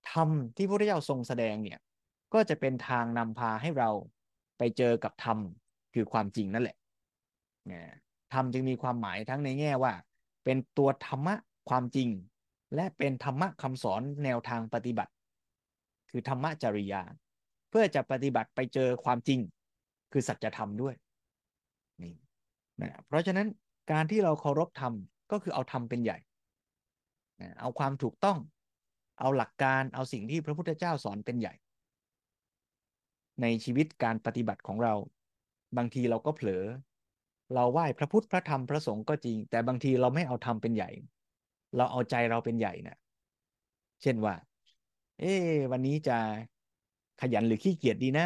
ธรรมที่พระพุทธเจ้าทรงแสดงเนี่ยก็จะเป็นทางนำพาให้เราไปเจอกับธรรมคือความจริงนั่นแหละธรรมจึงมีความหมายทั้งในแง่ว่าเป็นตัวธรรมะความจริงและเป็นธรรมะคำสอนแนวทางปฏิบัติคือธรรมะจริยาเพื่อจะปฏิบัติไปเจอความจริงคือสัจธรรมด้วยนี่นะเพราะฉะนั้นการที่เราเคารพธรรมก็คือเอาธรรมเป็นใหญ่นะเอาความถูกต้องเอาหลักการเอาสิ่งที่พระพุทธเจ้าสอนเป็นใหญ่ในชีวิตการปฏิบัติของเราบางทีเราก็เผลอเราไหว้พระพุทธพระธรรมพระสงฆ์ก็จริงแต่บางทีเราไม่เอาธรรมเป็นใหญ่เราเอาใจเราเป็นใหญ่นะเช่นว่าเอ๊ะวันนี้จะขยันหรือขี้เกียจดีนะ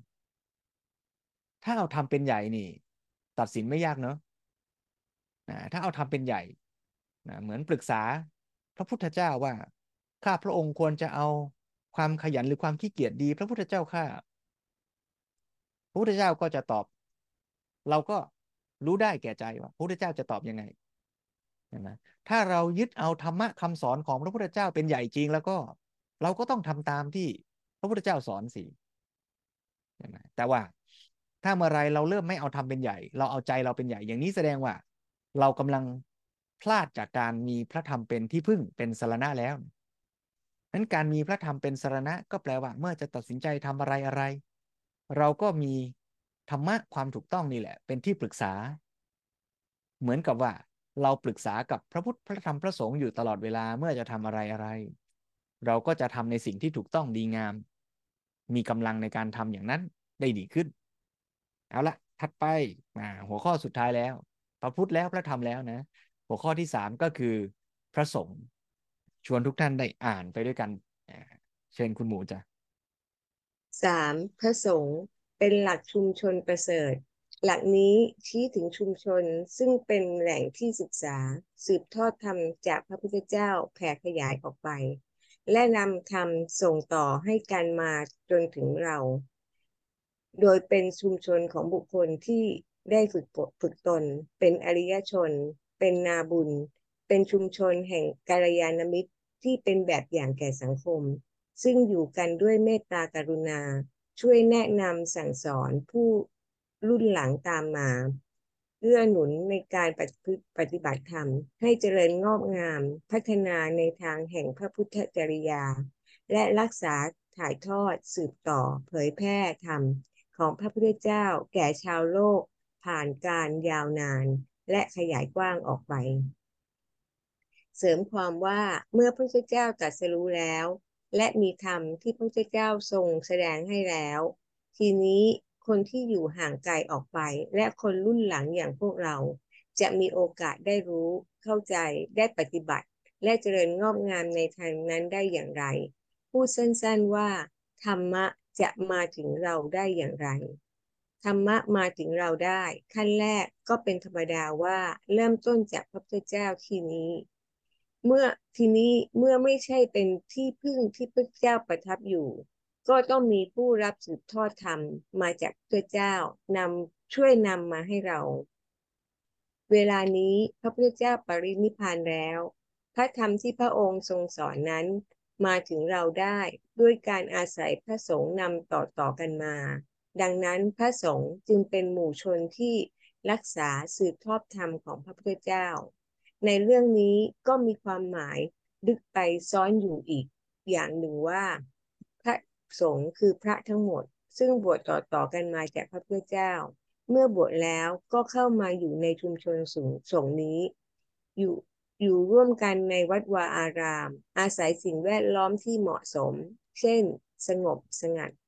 ถ้าเอาทำเป็นใหญ่นี่ตัดสินไม่ยากเนาะนะถ้าเอาทำเป็นใหญ่นะเหมือนปรึกษาพระพุทธเจ้าว่าข้าพระองค์ควรจะเอาความขยันหรือความขี้เกียจดีพระพุทธเจ้าข้าพระพุทธเจ้าก็จะตอบเราก็รู้ได้แก่ใจว่าพระพุทธเจ้าจะตอบยังไงนะถ้าเรายึดเอาธรรมะคำสอนของพระพุทธเจ้าเป็นใหญ่จริงแล้วก็เราก็ต้องทำตามที่พระพุทธเจ้าสอนสิแต่ว่าถ้าเมื่อไรเราเริ่มไม่เอาทำเป็นใหญ่เราเอาใจเราเป็นใหญ่อย่างนี้แสดงว่าเรากำลังพลาดจากการมีพระธรรมเป็นที่พึ่งเป็นสรณะแล้วนั้นการมีพระธรรมเป็นสรณะก็แปลว่าเมื่อจะตัดสินใจทำอะไรอะไรเราก็มีธรรมะความถูกต้องนี่แหละเป็นที่ปรึกษาเหมือนกับว่าเราปรึกษากับพระพุทธพระธรรมพระสงฆ์อยู่ตลอดเวลาเมื่อจะทำอะไรอะไรเราก็จะทำในสิ่งที่ถูกต้องดีงามมีกำลังในการทำอย่างนั้นได้ดีขึ้นเอาละถัดไปมาหัวข้อสุดท้ายแล้วพระพุทธแล้วพระธรรมแล้วนะหัวข้อที่สามก็คือพระสงฆ์ชวนทุกท่านได้อ่านไปด้วยกันเชิญคุณหมูจ้ะสามพระสงฆ์เป็นหลักชุมชนประเสริฐหลักนี้ชี้ถึงชุมชนซึ่งเป็นแหล่งที่ศึกษาสืบทอดธรรมจากพระพุทธเจ้าแผ่ขยายออกไปและนำธรรมส่งต่อให้กันมาจนถึงเราโดยเป็นชุมชนของบุคคลที่ได้ฝึกฝึกตนเป็นอริยชนเป็นนาบุญเป็นชุมชนแห่งกัลยาณมิตรที่เป็นแบบอย่างแก่สังคมซึ่งอยู่กันด้วยเมตตากรุณาช่วยแนะนำสั่งสอนผู้รุ่นหลังตามมาเอื้อหนุนในการปฏิบัติธรรมให้เจริญงอกงามพัฒนาในทางแห่งพระพุทธจริยาและรักษาถ่ายทอดสืบต่อเผยแพร่ธรรมของพระพุทธเจ้าแก่ชาวโลกผ่านการยาวนานและขยายกว้างออกไปเสริมความว่าเมื่อพระพุทธเจ้าตรัสรู้แล้วและมีธรรมที่พระพุทธเจ้าทรงแสดงให้แล้วทีนี้คนที่อยู่ห่างไกลออกไปและคนรุ่นหลังอย่างพวกเราจะมีโอกาสได้รู้เข้าใจได้ปฏิบัติและเจริญงอกงามในทางนั้นได้อย่างไรพูดสั้นๆว่าธรรมะจะมาถึงเราได้อย่างไรธรรมะมาถึงเราได้ขั้นแรกก็เป็นธรรมดาว่าเริ่มต้นจากพระพุทธเจ้าทีนี้เมื่อทีนี้เมื่อไม่ใช่เป็นที่พึ่งที่พระเจ้าประทับอยู่ก็ต้องมีผู้รับสืบทอดธรรมมาจากพระเจ้านำช่วยนำมาให้เราเวลานี้พระพุทธเจ้าปรินิพพานแล้วพระธรรมที่พระองค์ทรงสอนนั้นมาถึงเราได้ด้วยการอาศัยพระสงฆ์นำต่อต่อกันมาดังนั้นพระสงฆ์จึงเป็นหมู่ชนที่รักษาสืบทอดธรรมของพระพุทธเจ้าในเรื่องนี้ก็มีความหมายลึกไปซ้อนอยู่อีกอย่างหนึ่งว่าพระสงฆ์คือพระทั้งหมดซึ่งบวชต่อๆกันมาจากพระพุทธเจ้าเมื่อบวชแล้วก็เข้ามาอยู่ในชุมชนสงฆ์นี้อยู่อยู่ร่วมกันในวัดวาอารามอาศัยสิ่งแวดล้อมที่เหมาะสมเช่นสงบสงัด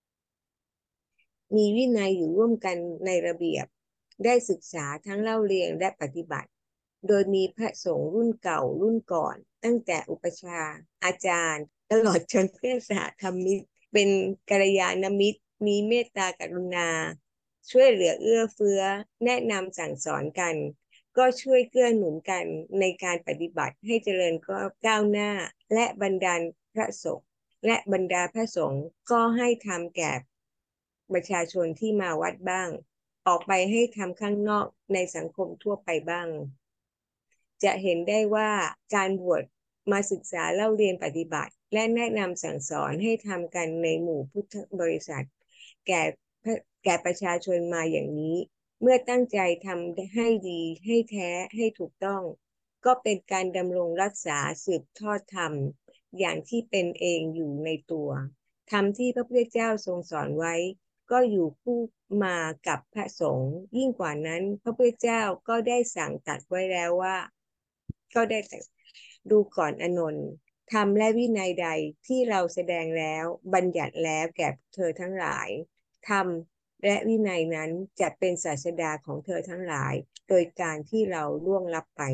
มีวินัยอยู่ร่วมกันในระเบียบได้ศึกษาทั้งเล่าเรียนและปฏิบัติโดยมีพระสงฆ์รุ่นเก่ารุ่นก่อนตั้งแต่อุปชาอาจารย์ตลอดจนเพื่อนสหธรรมิกเป็นกัลยาณมิตรมีเมตตากรุณาช่วยเหลือเอื้อเฟื้อแนะนำสั่งสอนกันก็ช่วยเกื้อหนุนกันในการปฏิบัติให้เจริญก้าวหน้าและบรรดาพระสงฆ์และบรรดาพระสงฆ์ก็ให้ทำแก่ประชาชนที่มาวัดบ้างออกไปให้ทำข้างนอกในสังคมทั่วไปบ้างจะเห็นได้ว่าการบวชมาศึกษาเล่าเรียนปฏิบัติและแนะนำสั่งสอนให้ทำกันในหมู่พุทธบริษัทแก่แก่ประชาชนมาอย่างนี้เมื่อตั้งใจทำให้ดีให้แท้ให้ถูกต้องก็เป็นการดำรงรักษาสืบทอดธรรมอย่างที่เป็นเองอยู่ในตัวธรรมที่พระพุทธเจ้าทรงสอนไว้ก็อยู่คู่มากับพระสงฆ์ยิ่งกว่านั้นพระพุทธเจ้าก็ได้สั่งตรัสไว้แล้วว่าก็ได้ดูก่อนอานนท์ธรรมและวินัยใดที่เราแสดงแล้วบัญญัติแล้วแก่เธอทั้งหลายธรรมและวินัยนั้นจะเป็นศาสดาของเธอทั้งหลายโดยการที่เราล่วงลับไป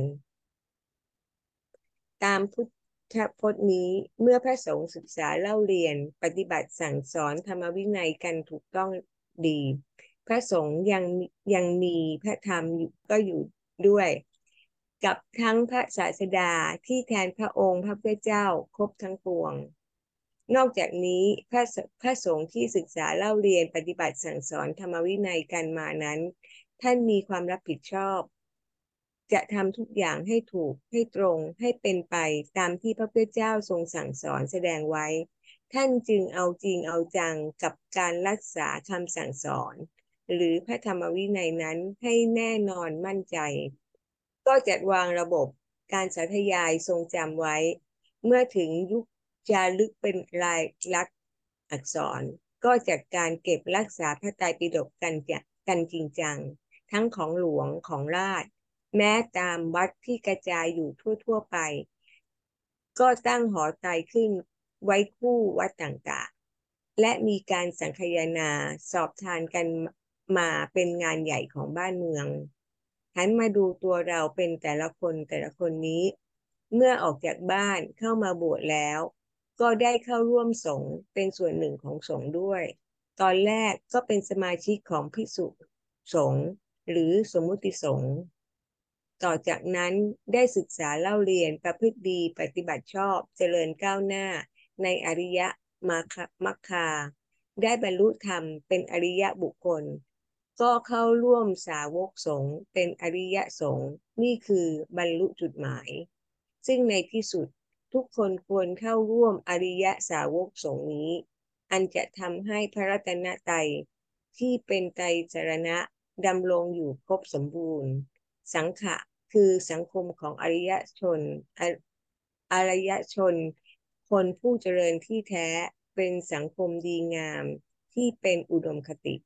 ตามพุทธพจน์นี้เมื่อพระสงฆ์ศึกษาเล่าเรียนปฏิบัติสั่งสอนธรรมวินัยกันถูกต้องดีพระสงฆ์ยังยังมีพระธรรมก็อยู่ด้วยกับทั้งพระศาสดาที่แทนพระองค์พระพุทธเจ้าครบทั้งปวงนอกจากนี้พระพระสงฆ์ที่ศึกษาเล่าเรียนปฏิบัติสั่งสอนธรรมวินัยกันมานั้นท่านมีความรับผิดชอบจะทำทุกอย่างให้ถูกให้ตรงให้เป็นไปตามที่พระพุทธเจ้าทรงสั่งสอนแสดงไว้ท่านจึงเอาจริงเอาจังกับการรักษาคำสั่งสอนหรือพระธรรมวินัยนั้นให้แน่นอนมั่นใจก็จัดวางระบบการสาธยายทรงจำไว้เมื่อถึงยุคจารึกเป็นลายลักษณ์อักษรก็จัดการเก็บรักษาพระไตรปิฎกกันกันจริงจังทั้งของหลวงของราชแม้ตามวัดที่กระจายอยู่ทั่วๆไปก็ตั้งหอไตรขึ้นไว้คู่วัดต่างๆและมีการสังคายนาสอบทานกันมาเป็นงานใหญ่ของบ้านเมืองหันมาดูตัวเราเป็นแต่ละคนแต่ละคนนี้เมื่อออกจากบ้านเข้ามาบวชแล้วก็ได้เข้าร่วมสงฆ์เป็นส่วนหนึ่งของสงฆ์ด้วยตอนแรกก็เป็นสมาชิกของภิกษุสงฆ์หรือสมมุติสงฆ์ต่อจากนั้นได้ศึกษาเล่าเรียนประพฤติดีปฏิบัติชอบเจริญก้าวหน้าในอริยมรรคาได้บรรลุธรรมเป็นอริยบุคคลก็เข้าร่วมสาวกสงฆ์เป็นอริยสงฆ์นี่คือบรรลุจุดหมายซึ่งในที่สุดทุกคนควรเข้าร่วมอริยสาวกสงฆ์นี้อันจะทำให้พระรัตนตรัยที่เป็นไตรสรณะดำรงอยู่ครบสมบูรณ์สังขะคือสังคมของอริยชนอริยชนคนผู้เจริญที่แท้เป็นสังคมดีงามที่เป็นอุดมคติ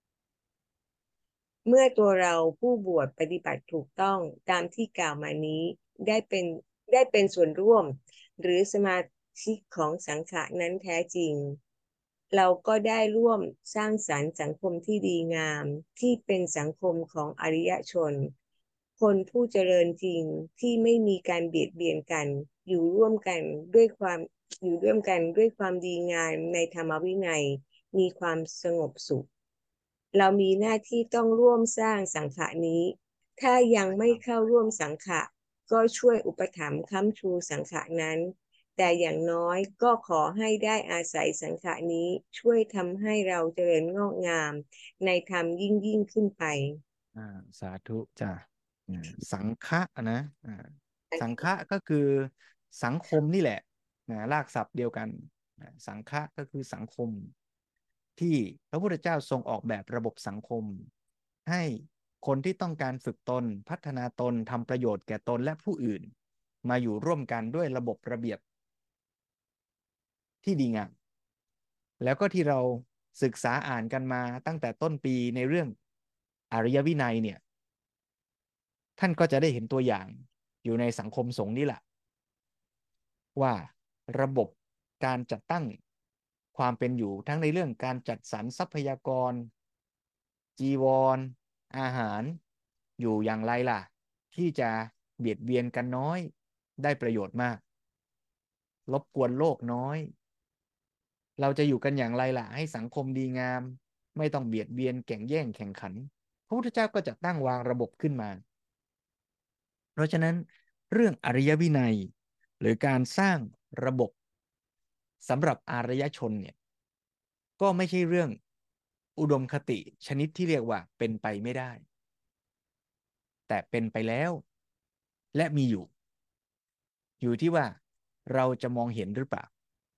เมื่อตัวเราผู้บวชปฏิบัติถูกต้องตามที่กล่าวมานี้ได้เป็นได้เป็นส่วนร่วมหรือสมาชิกของสังฆะนั้นแท้จริงเราก็ได้ร่วมสร้างสรรค์สังคมที่ดีงามที่เป็นสังคมของอริยชนคนผู้เจริญจริงที่ไม่มีการเบียดเบียนกันอยู่ร่วมกันด้วยความอยู่ร่วมกันด้วยความดีงามในธรรมวินัยมีความสงบสุขเรามีหน้าที่ต้องร่วมสร้างสังฆะนี้ถ้ายังไม่เข้าร่วมสังฆะก็ช่วยอุปถัมภ์ค้ำชูสังฆะนั้นแต่อย่างน้อยก็ขอให้ได้อาศัยสังฆะนี้ช่วยทำให้เราเจริญงอกงามในธรรมยิ่งยิ่งขึ้นไปอ่าสาธุจ้ะสังฆะนะอ่าสังฆะก็คือสังคมนี่แหละนะรากศัพท์เดียวกันนะสังฆะก็คือสังคมที่พระพุทธเจ้าทรงออกแบบระบบสังคมให้คนที่ต้องการฝึกตนพัฒนาตนทำประโยชน์แก่ตนและผู้อื่นมาอยู่ร่วมกันด้วยระบบระเบียบที่ดีงามแล้วก็ที่เราศึกษาอ่านกันมาตั้งแต่ต้นปีในเรื่องอริยวินัยเนี่ยท่านก็จะได้เห็นตัวอย่างอยู่ในสังคมสงฆ์นี่แหละว่าระบบการจัดตั้งความเป็นอยู่ทั้งในเรื่องการจัดสรรทรัพยากรจีวรอาหารอยู่อย่างไรล่ะที่จะเบียดเบียนกันน้อยได้ประโยชน์มากรบกวนโลกน้อยเราจะอยู่กันอย่างไรล่ะให้สังคมดีงามไม่ต้องเบียดเบียนแข่งแย่งแข่งขันพระพุทธเจ้าก็จะตั้งวางระบบขึ้นมาเพราะฉะนั้นเรื่องอริยวินัยหรือการสร้างระบบสำหรับอารยชนเนี่ยก็ไม่ใช่เรื่องอุดมคติชนิดที่เรียกว่าเป็นไปไม่ได้แต่เป็นไปแล้วและมีอยู่อยู่ที่ว่าเราจะมองเห็นหรือเปล่า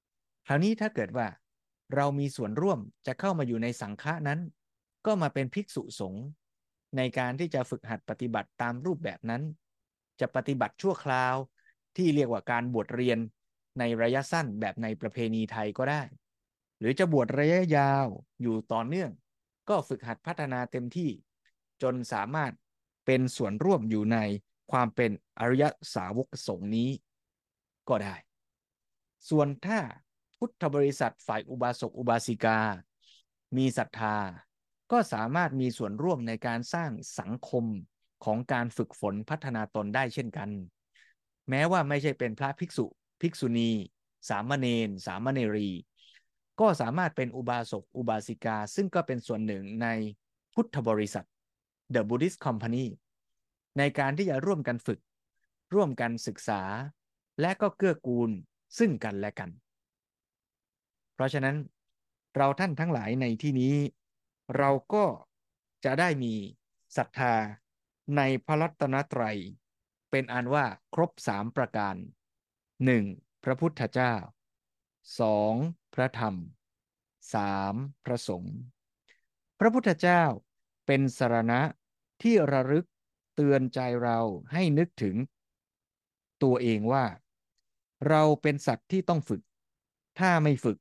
คราวนี้ถ้าเกิดว่าเรามีส่วนร่วมจะเข้ามาอยู่ในสังฆะนั้นก็มาเป็นภิกษุสงฆ์ในการที่จะฝึกหัดปฏิบัติตามรูปแบบนั้นจะปฏิบัติชั่วคราวที่เรียกว่าการบวชเรียนในระยะสั้นแบบในประเพณีไทยก็ได้หรือจะบวชระยะยาวอยู่ต่อเนื่องก็ฝึกหัดพัฒนาเต็มที่จนสามารถเป็นส่วนร่วมอยู่ในความเป็นอริยสาวกสงฆ์นี้ก็ได้ส่วนถ้าพุทธบริษัทฝ่ายอุบาสกอุบาสิกามีศรัทธาก็สามารถมีส่วนร่วมในการสร้างสังคมของการฝึกฝนพัฒนาตนได้เช่นกันแม้ว่าไม่ใช่เป็นพระภิกษุภิกษุณีสามเณรสามเณรีก็สามารถเป็นอุบาสกอุบาสิกาซึ่งก็เป็นส่วนหนึ่งในพุทธบริษัท The Buddhist Company ในการที่จะร่วมกันฝึกร่วมกันศึกษาและก็เกื้อกูลซึ่งกันและกันเพราะฉะนั้นเราท่านทั้งหลายในที่นี้เราก็จะได้มีศรัทธาในพระรัตนตรัยเป็นอันว่าครบสามประการหนึ่งพระพุทธเจ้าสองพระธรรมสามพระสงฆ์พระพุทธเจ้าเป็นสรณะที่ระลึกเตือนใจเราให้นึกถึงตัวเองว่าเราเป็นสัตว์ที่ต้องฝึกถ้าไม่ฝึก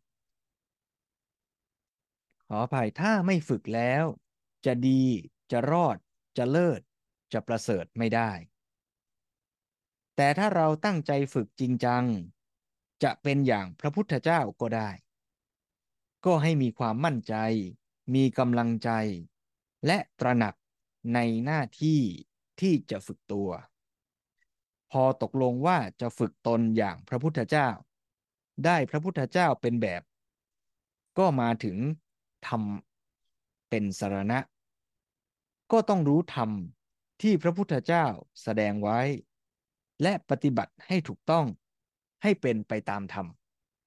ขออภัยถ้าไม่ฝึกแล้วจะดีจะรอดจะเลิศจะประเสริฐไม่ได้แต่ถ้าเราตั้งใจฝึกจริงจังจะเป็นอย่างพระพุทธเจ้าก็ได้ก็ให้มีความมั่นใจมีกำลังใจและตระหนักในหน้าที่ที่จะฝึกตัวพอตกลงว่าจะฝึกตนอย่างพระพุทธเจ้าได้พระพุทธเจ้าเป็นแบบก็มาถึงธรรมเป็นสรณะก็ต้องรู้ธรรมที่พระพุทธเจ้าแสดงไว้และปฏิบัติให้ถูกต้องให้เป็นไปตามธรรม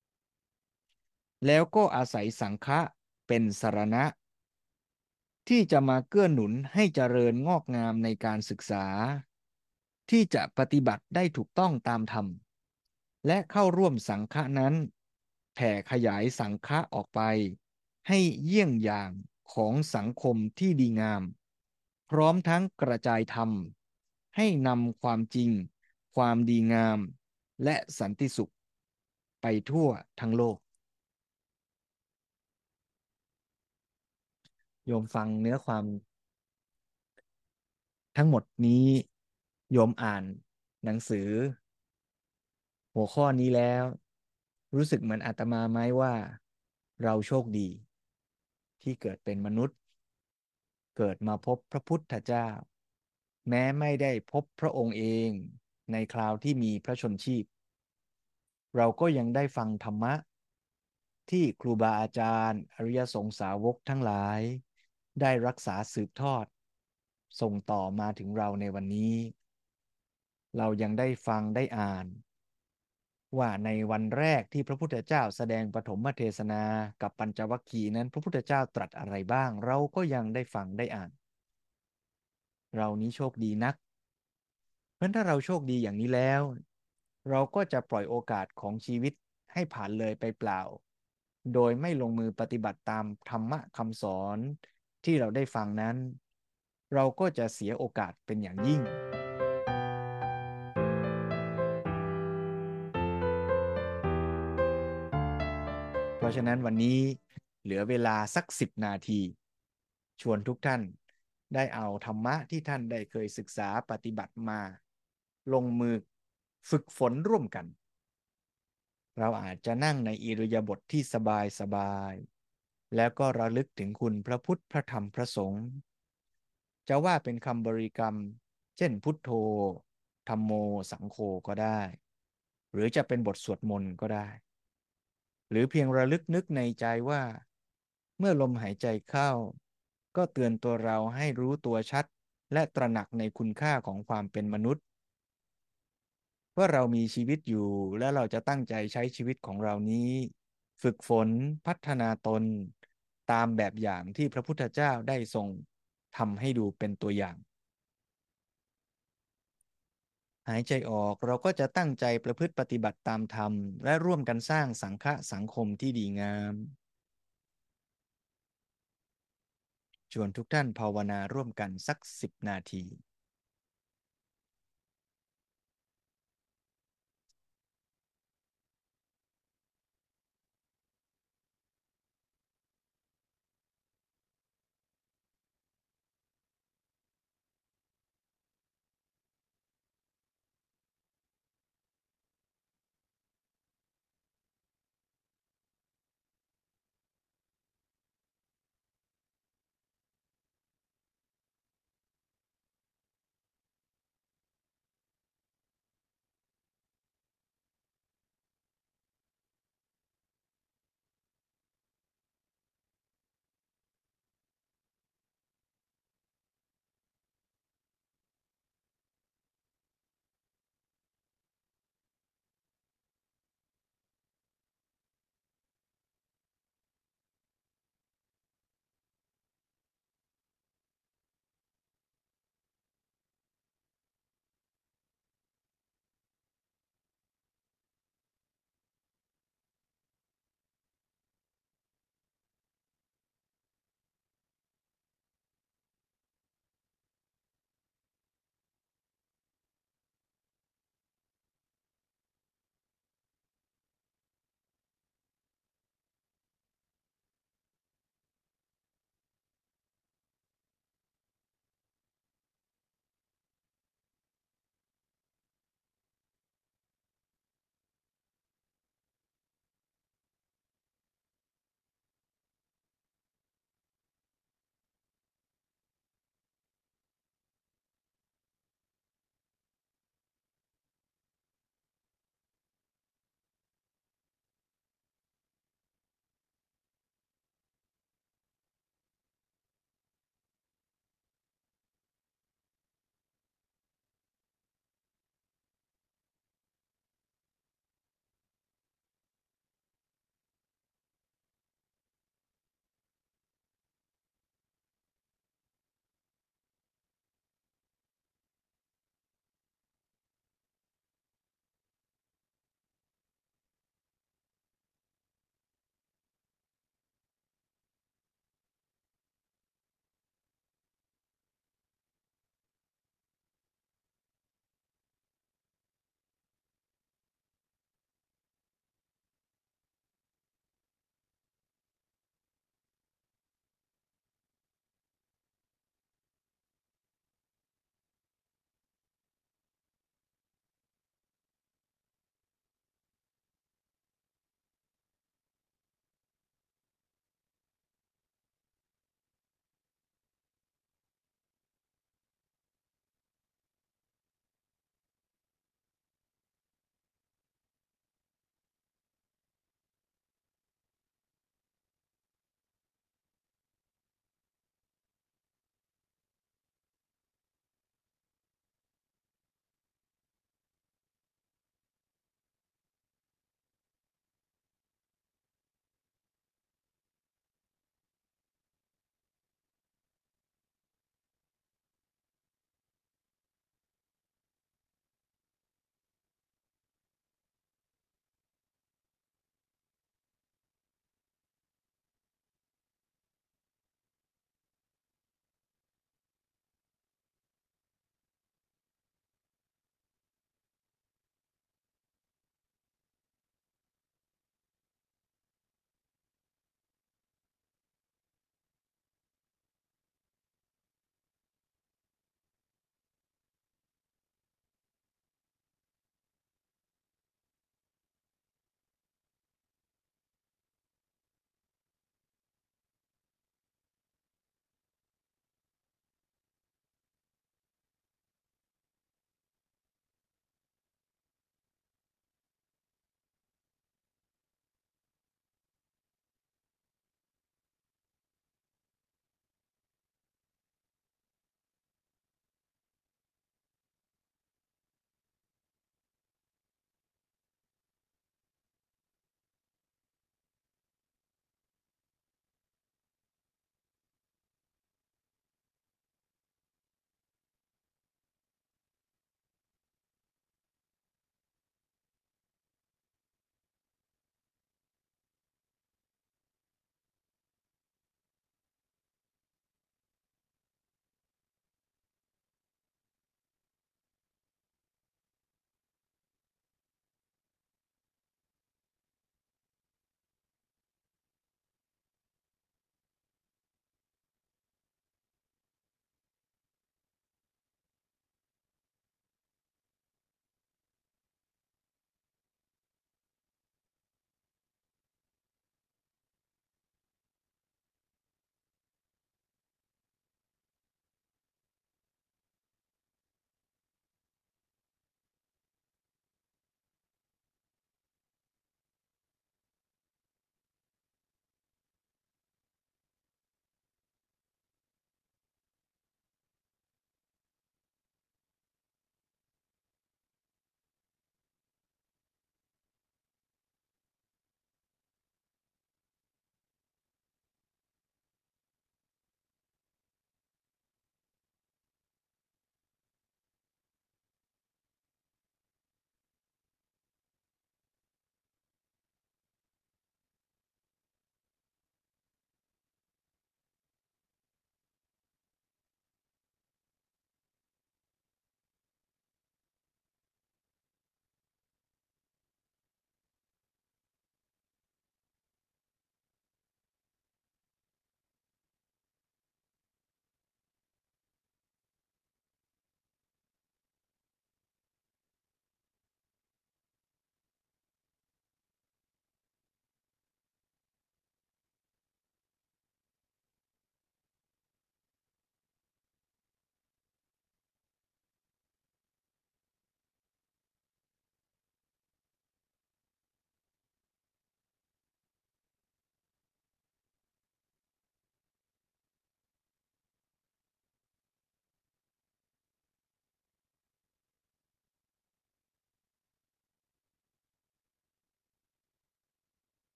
แล้วก็อาศัยสังฆะเป็นสรณะที่จะมาเกื้อหนุนให้เจริญงอกงามในการศึกษาที่จะปฏิบัติได้ถูกต้องตามธรรมและเข้าร่วมสังฆะนั้นแผ่ขยายสังฆะออกไปให้เยี่ยงอย่างของสังคมที่ดีงามพร้อมทั้งกระจายธรรมให้นำความจริงความดีงามและสันติสุขไปทั่วทั้งโลกโยมฟังเนื้อความทั้งหมดนี้โยมอ่านหนังสือหัวข้อนี้แล้วรู้สึกเหมือนอาตมาไหมว่าเราโชคดีที่เกิดเป็นมนุษย์เกิดมาพบพระพุทธเจ้าแม้ไม่ได้พบพระองค์เองในคราวที่มีพระชนชีพเราก็ยังได้ฟังธรรมะที่ครูบาอาจารย์อริยสงสาวกทั้งหลายได้รักษาสืบทอดส่งต่อมาถึงเราในวันนี้เรายังได้ฟังได้อ่านว่าในวันแรกที่พระพุทธเจ้าแสดงปฐมเทศนากับปัญจวัคคีย์นั้นพระพุทธเจ้าตรัสอะไรบ้างเราก็ยังได้ฟังได้อ่านเรานี้โชคดีนักเพราะถ้าเราโชคดีอย่างนี้แล้วเราก็จะปล่อยโอกาสของชีวิตให้ผ่านเลยไปเปล่าโดยไม่ลงมือปฏิบัติตามธรรมะคำสอนที่เราได้ฟังนั้นเราก็จะเสียโอกาสเป็นอย่างยิ่งเพราะฉะนั้นวันนี้เหลือเวลาสักสิบนาทีชวนทุกท่านได้เอาธรรมะที่ท่านได้เคยศึกษาปฏิบัติมาลงมือฝึกฝนร่วมกันเราอาจจะนั่งในอิริยาบถทที่สบายสบายแล้วก็ระลึกถึงคุณพระพุทธพระธรรมพระสงฆ์จะว่าเป็นคำบริกรรมเช่นพุทโธธัมโมสังโฆก็ได้หรือจะเป็นบทสวดมนต์ก็ได้หรือเพียงระลึกนึกในใจว่าเมื่อลมหายใจเข้าก็เตือนตัวเราให้รู้ตัวชัดและตระหนักในคุณค่าของความเป็นมนุษย์ว่าเรามีชีวิตอยู่และเราจะตั้งใจใช้ชีวิตของเรานี้ฝึกฝนพัฒนาตนตามแบบอย่างที่พระพุทธเจ้าได้ทรงทำให้ดูเป็นตัวอย่างหายใจออกเราก็จะตั้งใจประพฤติปฏิบัติตามธรรมและร่วมกันสร้างสังฆะสังคมที่ดีงามชวนทุกท่านภาวนาร่วมกันสักสิบนาที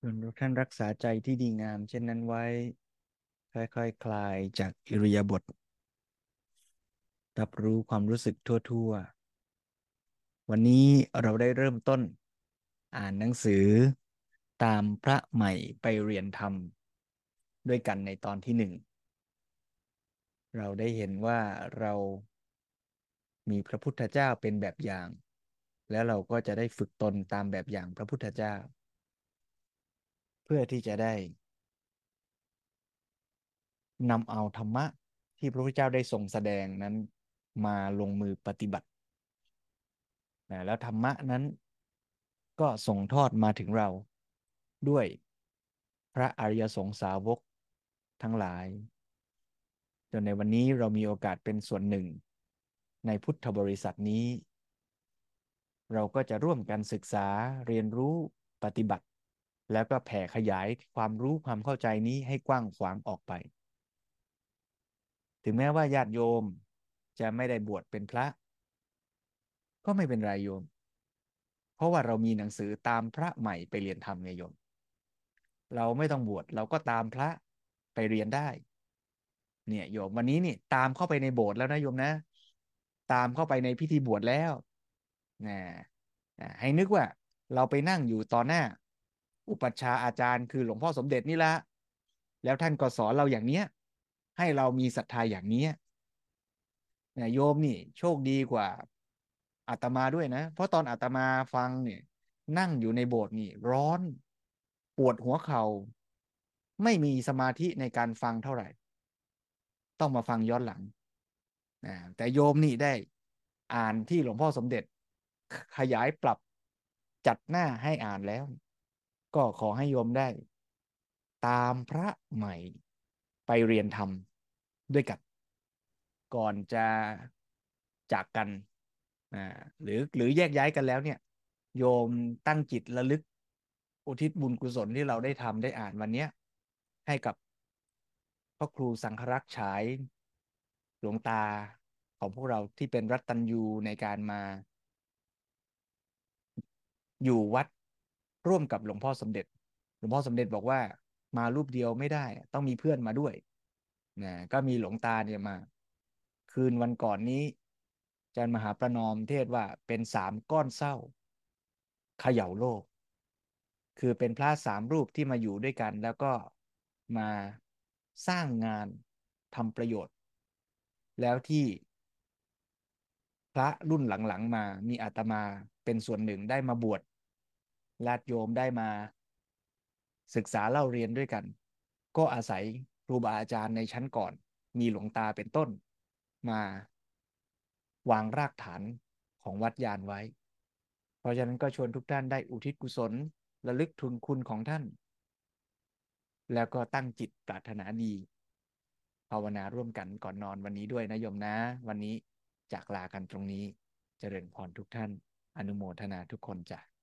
ส่วนทุกท่านรักษาใจที่ดีงามเช่นนั้นไว้ค่อยๆ ค, คลายจากอิริยาบถรับรู้ความรู้สึกทั่วๆวันนี้เราได้เริ่มต้นอ่านหนังสือตามพระใหม่ไปเรียนธรรมด้วยกันในตอนที่หนึ่งเราได้เห็นว่าเรามีพระพุทธเจ้าเป็นแบบอย่าง แล้วเราก็จะได้ฝึกตนตามแบบอย่างพระพุทธเจ้า เพื่อที่จะได้นำเอาธรรมะที่พระพุทธเจ้าได้ทรงแสดงนั้นมาลงมือปฏิบัตินะแล้วธรรมะนั้นก็ส่งทอดมาถึงเราด้วยพระอริยสงสาวกทั้งหลายจนในวันนี้เรามีโอกาสเป็นส่วนหนึ่งในพุทธบริษัทนี้เราก็จะร่วมกันศึกษาเรียนรู้ปฏิบัติแล้วก็แผ่ขยายความรู้ความเข้าใจนี้ให้กว้างขวางออกไปถึงแม้ว่าญาติโยมจะไม่ได้บวชเป็นพระก็ไม่เป็นไรโยมเพราะว่าเรามีหนังสือตามพระใหม่ไปเรียนธรรมไงโยมเราไม่ต้องบวชเราก็ตามพระไปเรียนได้เนี่ยโยมวันนี้นี่ตามเข้าไปในโบสถ์แล้วนะโยมนะตามเข้าไปในพิธีบวชแล้วนะให้นึกว่าเราไปนั่งอยู่ต่อหน้าอุปัชฌาย์อาจารย์คือหลวงพ่อสมเด็จนี่ละแล้วท่านก็สอนเราอย่างเนี้ยให้เรามีศรัทธาอย่างนี้เนี่ยโยมนี่โชคดีกว่าอาตมาด้วยนะเพราะตอนอาตมาฟังเนี่ยนั่งอยู่ในโบสถ์นี่ร้อนปวดหัวเข่าไม่มีสมาธิในการฟังเท่าไหร่ต้องมาฟังย้อนหลังนะแต่โยมนี่ได้อ่านที่หลวงพ่อสมเด็จขยายปรับจัดหน้าให้อ่านแล้วก็ขอให้โยมได้ตามพระใหม่ไปเรียนธรรมด้วยกันก่อนจะจากกันอ่าหรือหรือแยกย้ายกันแล้วเนี่ยโยมตั้งจิตระลึกอุทิศบุญกุศลที่เราได้ทำได้อ่านวันนี้ให้กับพระครูสังฆรักษ์ฉายหลวงตาของพวกเราที่เป็นรัตตัญญูในการมาอยู่วัดร่วมกับหลวงพ่อสมเด็จหลวงพ่อสมเด็จบอกว่ามารูปเดียวไม่ได้ต้องมีเพื่อนมาด้วยนะก็มีหลวงตาเนี่ยมาคืนวันก่อนนี้อาจารย์มหาประนอมเทศว่าเป็นสามก้อนเศร้าเขย่าโลกคือเป็นพระสามรูปที่มาอยู่ด้วยกันแล้วก็มาสร้างงานทำประโยชน์แล้วที่พระรุ่นหลังๆมามีอาตมาเป็นส่วนหนึ่งได้มาบวชญาติโยมได้มาศึกษาเล่าเรียนด้วยกันก็อาศัยครูบาอาจารย์ในชั้นก่อนมีหลวงตาเป็นต้นมาวางรากฐานของวัดยานไว้เพราะฉะนั้นก็ชวนทุกท่านได้อุทิศกุศลระลึกทุนคุณของท่านแล้วก็ตั้งจิตปรารถนาดีภาวนาร่วมกันก่อนนอนวันนี้ด้วยนะโยมนะวันนี้จากลากันตรงนี้เจริญพรทุกท่านอนุโมทนาทุกคนจ้ะ